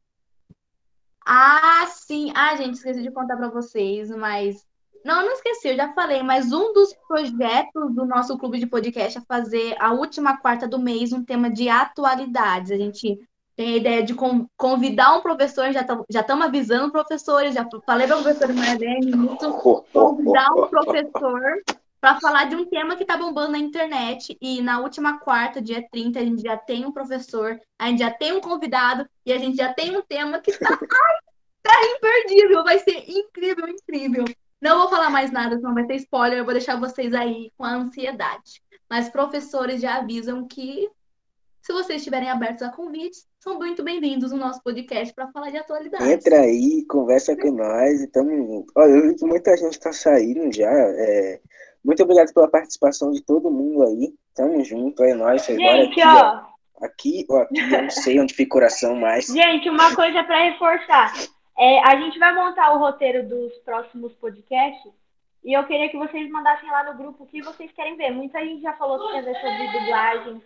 Ah, sim. Ah, gente, esqueci de contar para vocês, mas... Não, eu não esqueci, eu já falei, mas um dos projetos do nosso clube de podcast é fazer a última quarta do mês um tema de atualidades. A gente tem a ideia de convidar um professor, já estamos já avisando professores, já falei para o professor Marlene, isso, convidar um professor para falar de um tema que está bombando na internet. E na última quarta, dia trinta, a gente já tem um professor, a gente já tem um convidado e a gente já tem um tema que está tá imperdível, vai ser incrível, incrível. Não vou falar mais nada, senão vai ter spoiler, eu vou deixar vocês aí com a ansiedade. Mas professores já avisam que, se vocês estiverem abertos a convites, são muito bem-vindos no nosso podcast para falar de atualidades. Entra aí, conversa com nós e tamo junto. Olha, eu vi que muita gente tá saindo já. É... Muito obrigado pela participação de todo mundo aí. Tamo junto, é nóis. Gente, aqui, ó. ó. Aqui ou aqui, eu não sei onde fica o coração mais. Gente, uma coisa para reforçar. É, a gente vai montar o roteiro dos próximos podcasts E eu queria que vocês mandassem lá no grupo o que vocês querem ver. Muita gente já falou que quer ver sobre dublagem.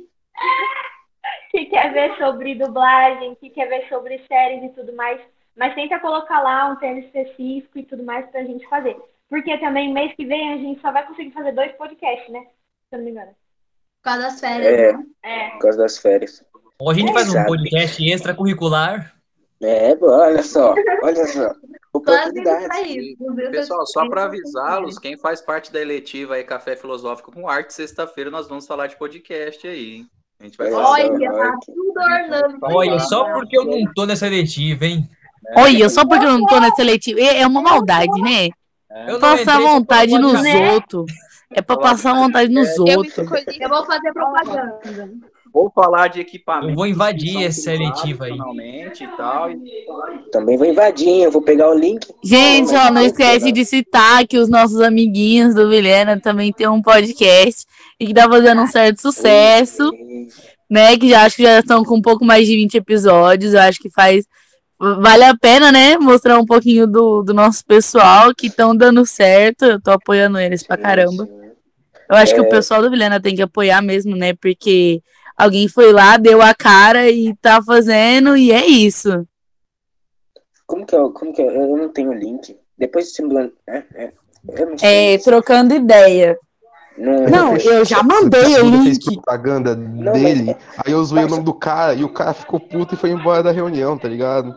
que quer ver sobre dublagem, que quer ver sobre séries e tudo mais. Mas tenta colocar lá um tema específico e tudo mais pra gente fazer. Porque também, mês que vem, a gente só vai conseguir fazer dois podcasts, né? Se eu não me engano. Por causa das férias, É, né? É. por causa das férias. Ou a gente faz um Sabe? podcast extracurricular. É, bom, olha só, olha só. Quase isso Oportunidade. aí. Pessoal, só para avisá-los, quem faz parte da eletiva aí, Café Filosófico com Arte, sexta-feira nós vamos falar de podcast aí, hein? A gente vai falar. Olha, tá tudo ornando. Olha, só porque eu não tô nessa eletiva, hein? Olha, só porque eu não tô na seletiva. É é uma maldade, né? Eu não Passar entrei, vontade você nos pode falar. outros. É pra passar vontade nos Eu outros. Eu vou fazer propaganda. Vou falar de equipamento. Eu vou invadir essa eletiva aí. E tal. Também vou invadir, hein? Eu vou pegar o link. Gente, ó, não esquece de citar que os nossos amiguinhos do Vilhena também tem um podcast e que tá fazendo um certo sucesso, né? Que já acho que já estão com um pouco mais de vinte episódios. Eu acho que faz. Vale a pena, né? Mostrar um pouquinho do, do nosso pessoal que estão dando certo. Eu tô apoiando eles pra caramba. Eu acho que o pessoal do Vilhena tem que apoiar mesmo, né? Porque alguém foi lá, deu a cara e tá fazendo, e é isso. Como que eu, como que eu, eu não tenho link. Depois você me é, é, eu não sei. É, trocando ideia. Não, Não, eu já mandei o Fez link. propaganda dele, aí eu zoei o nome do cara e o cara ficou puto e foi embora da reunião, tá ligado?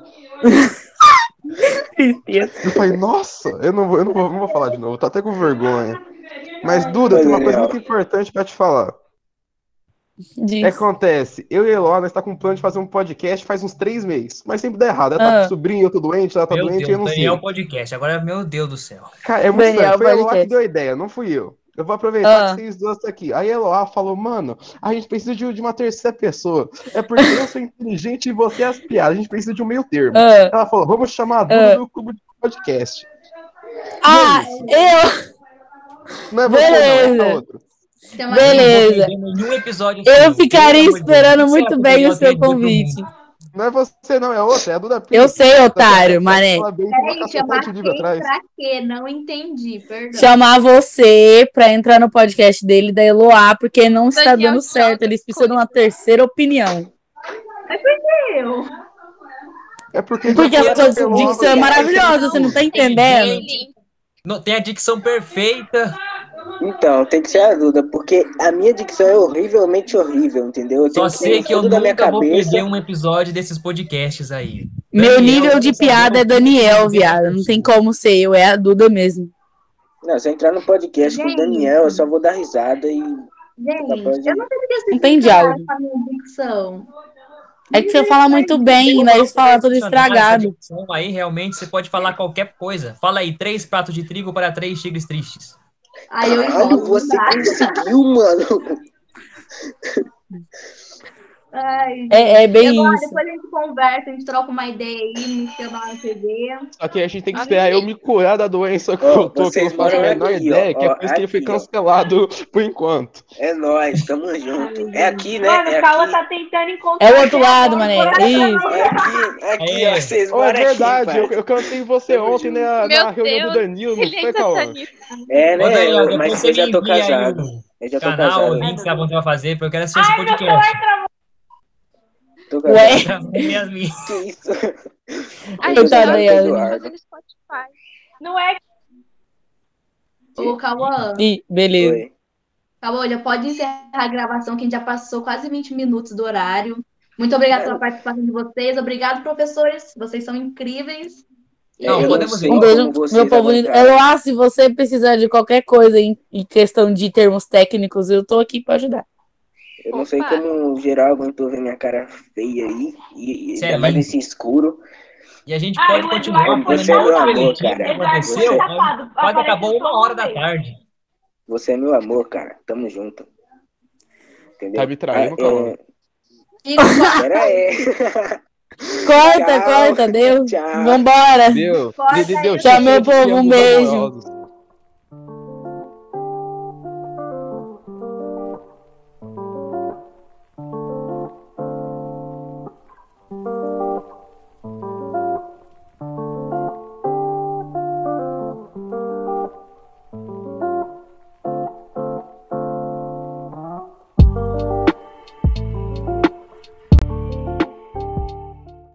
Eu falei, nossa, eu não vou, eu não vou, não vou falar de novo, tô até com vergonha. Mas, Duda, tem uma coisa muito importante pra te falar. Diz. É que acontece, eu e a Eló, nós tá com um plano de fazer um podcast faz uns três meses, mas sempre dá errado. Ela tá Ah. com sobrinho, eu tô doente, ela tá Meu doente, Deus, eu não Daniel sei. Podcast. Agora, meu Deus do céu. Cara, é muito Daniel estranho, foi a Eloá Podcast. que deu a ideia, não fui eu. Eu vou aproveitar Ah. que vocês duas estão aqui. Aí a Eloá falou, mano, a gente precisa de, de uma terceira pessoa. É porque eu sou inteligente e você é as piadas, a gente precisa de um meio termo. Ah. Ela falou, vamos chamar a Duda Ah. do clube de podcast. Ah, eu. Não é você não, é Beleza. essa outra. Beleza. Eu não vou perder nenhum episódio Eu seu. ficaria Pelo amor de Deus. esperando Isso é muito a bem o melhor seu ideia do convite. mundo. Não é você não, é outra, é a Duda Pinto. Eu sei, otário, Ela mané. fala bem, tem uma Peraí, chamar cacetete de livro quem atrás. pra quê? Não entendi, perdão. Chamar você pra entrar no podcast dele da Eloá, porque não está Daniel dando certo. Eles precisam de uma terceira opinião. Mas por que eu? É porque, Porque já as foi coisas pelo de dicção é nome. maravilhosa, você não tá entendendo? Não, tem a dicção perfeita. Então, tem que ser a Duda, porque a minha dicção é horrivelmente horrível, entendeu? Eu Só tenho sei ter que eu tudo na minha nunca vou cabeça. perder um episódio desses podcasts aí. Meu Daniel, nível de você piada é sabe, Daniel, viado. Não tem como ser eu, é a Duda mesmo. Não, se eu entrar no podcast com o Gente. Daniel, eu só vou dar risada e... Gente, eu não sei porque vocês Não tem ficaram diálogo. com a minha dicção. É que você fala muito bem, né? Eles falam tudo Essa estragado. dicção aí, realmente, você pode falar qualquer coisa. Fala aí, três pratos de trigo para três tigres tristes. Aí eu Caralho, enrolo, você tá? conseguiu, mano. Ai, É, é bem Agora, isso. depois a gente conversa, a gente troca uma ideia aí, me chama na T V. Só que a gente tem que esperar eu me curar da doença que Ó, eu tô, que eu vocês não faço a moram menor aqui, ideia, ó, que é ó, por isso que ele foi aqui, ó. cancelado por enquanto. É nóis, tamo junto. É aqui, né? Mano, É o Caio aqui. tá tentando encontrar. É o outro lado, agora, mané. agora, Isso. agora. É aqui, é aqui, É. ó. Vocês Ó, é moram aqui, verdade, eu, pai. eu cantei você Tamo ontem junto. na, Meu na reunião do Deus, Danilo, não ele foi, ainda tá Cauã? nisso. É, Ô, né? Daniel, eu- depois Mas você eu já me tô envia aí casado. o Eu já tô canal, casado. o link que você vai fazer, porque eu quero assistir esse Ai, meu podcast. celular travou. Tô Ué, casado. Yasmin. Que isso? A Eu gente Coitada, não tô Yasmin. pode Eduardo. fazer no Spotify. Não é. Ô, Cauã, Ih, beleza. Oi. Cauã, já pode encerrar a gravação, que a gente já passou quase vinte minutos do horário. Muito obrigada pela participação de vocês. Obrigado, professores. Vocês são incríveis. Não, eu podemos sei ir. Um beijo, como vocês meu povo lindo. aguentaram. Eloá, se você precisar de qualquer coisa em, em questão de termos técnicos, eu tô aqui pra ajudar. Eu não sei Opa. como geral aguentou ver minha cara feia aí. E, e Cê é ainda mais lindo. nesse escuro. E a gente Ai, pode o continuar Eduardo falando Você de é meu outro amor, eletivo que cara. aconteceu. Você- Quase quase acabou uma hora da tarde. Você é meu amor, cara. Tamo junto. Entendeu? Tá me traindo, Ah, Cauã? é... Pera aí. Corta, Tchau. corta, deu. Tchau. Vambora. Deu, Corta deu, aí. deu. Tchau, meu povo, um Triângulos beijo. amorosos.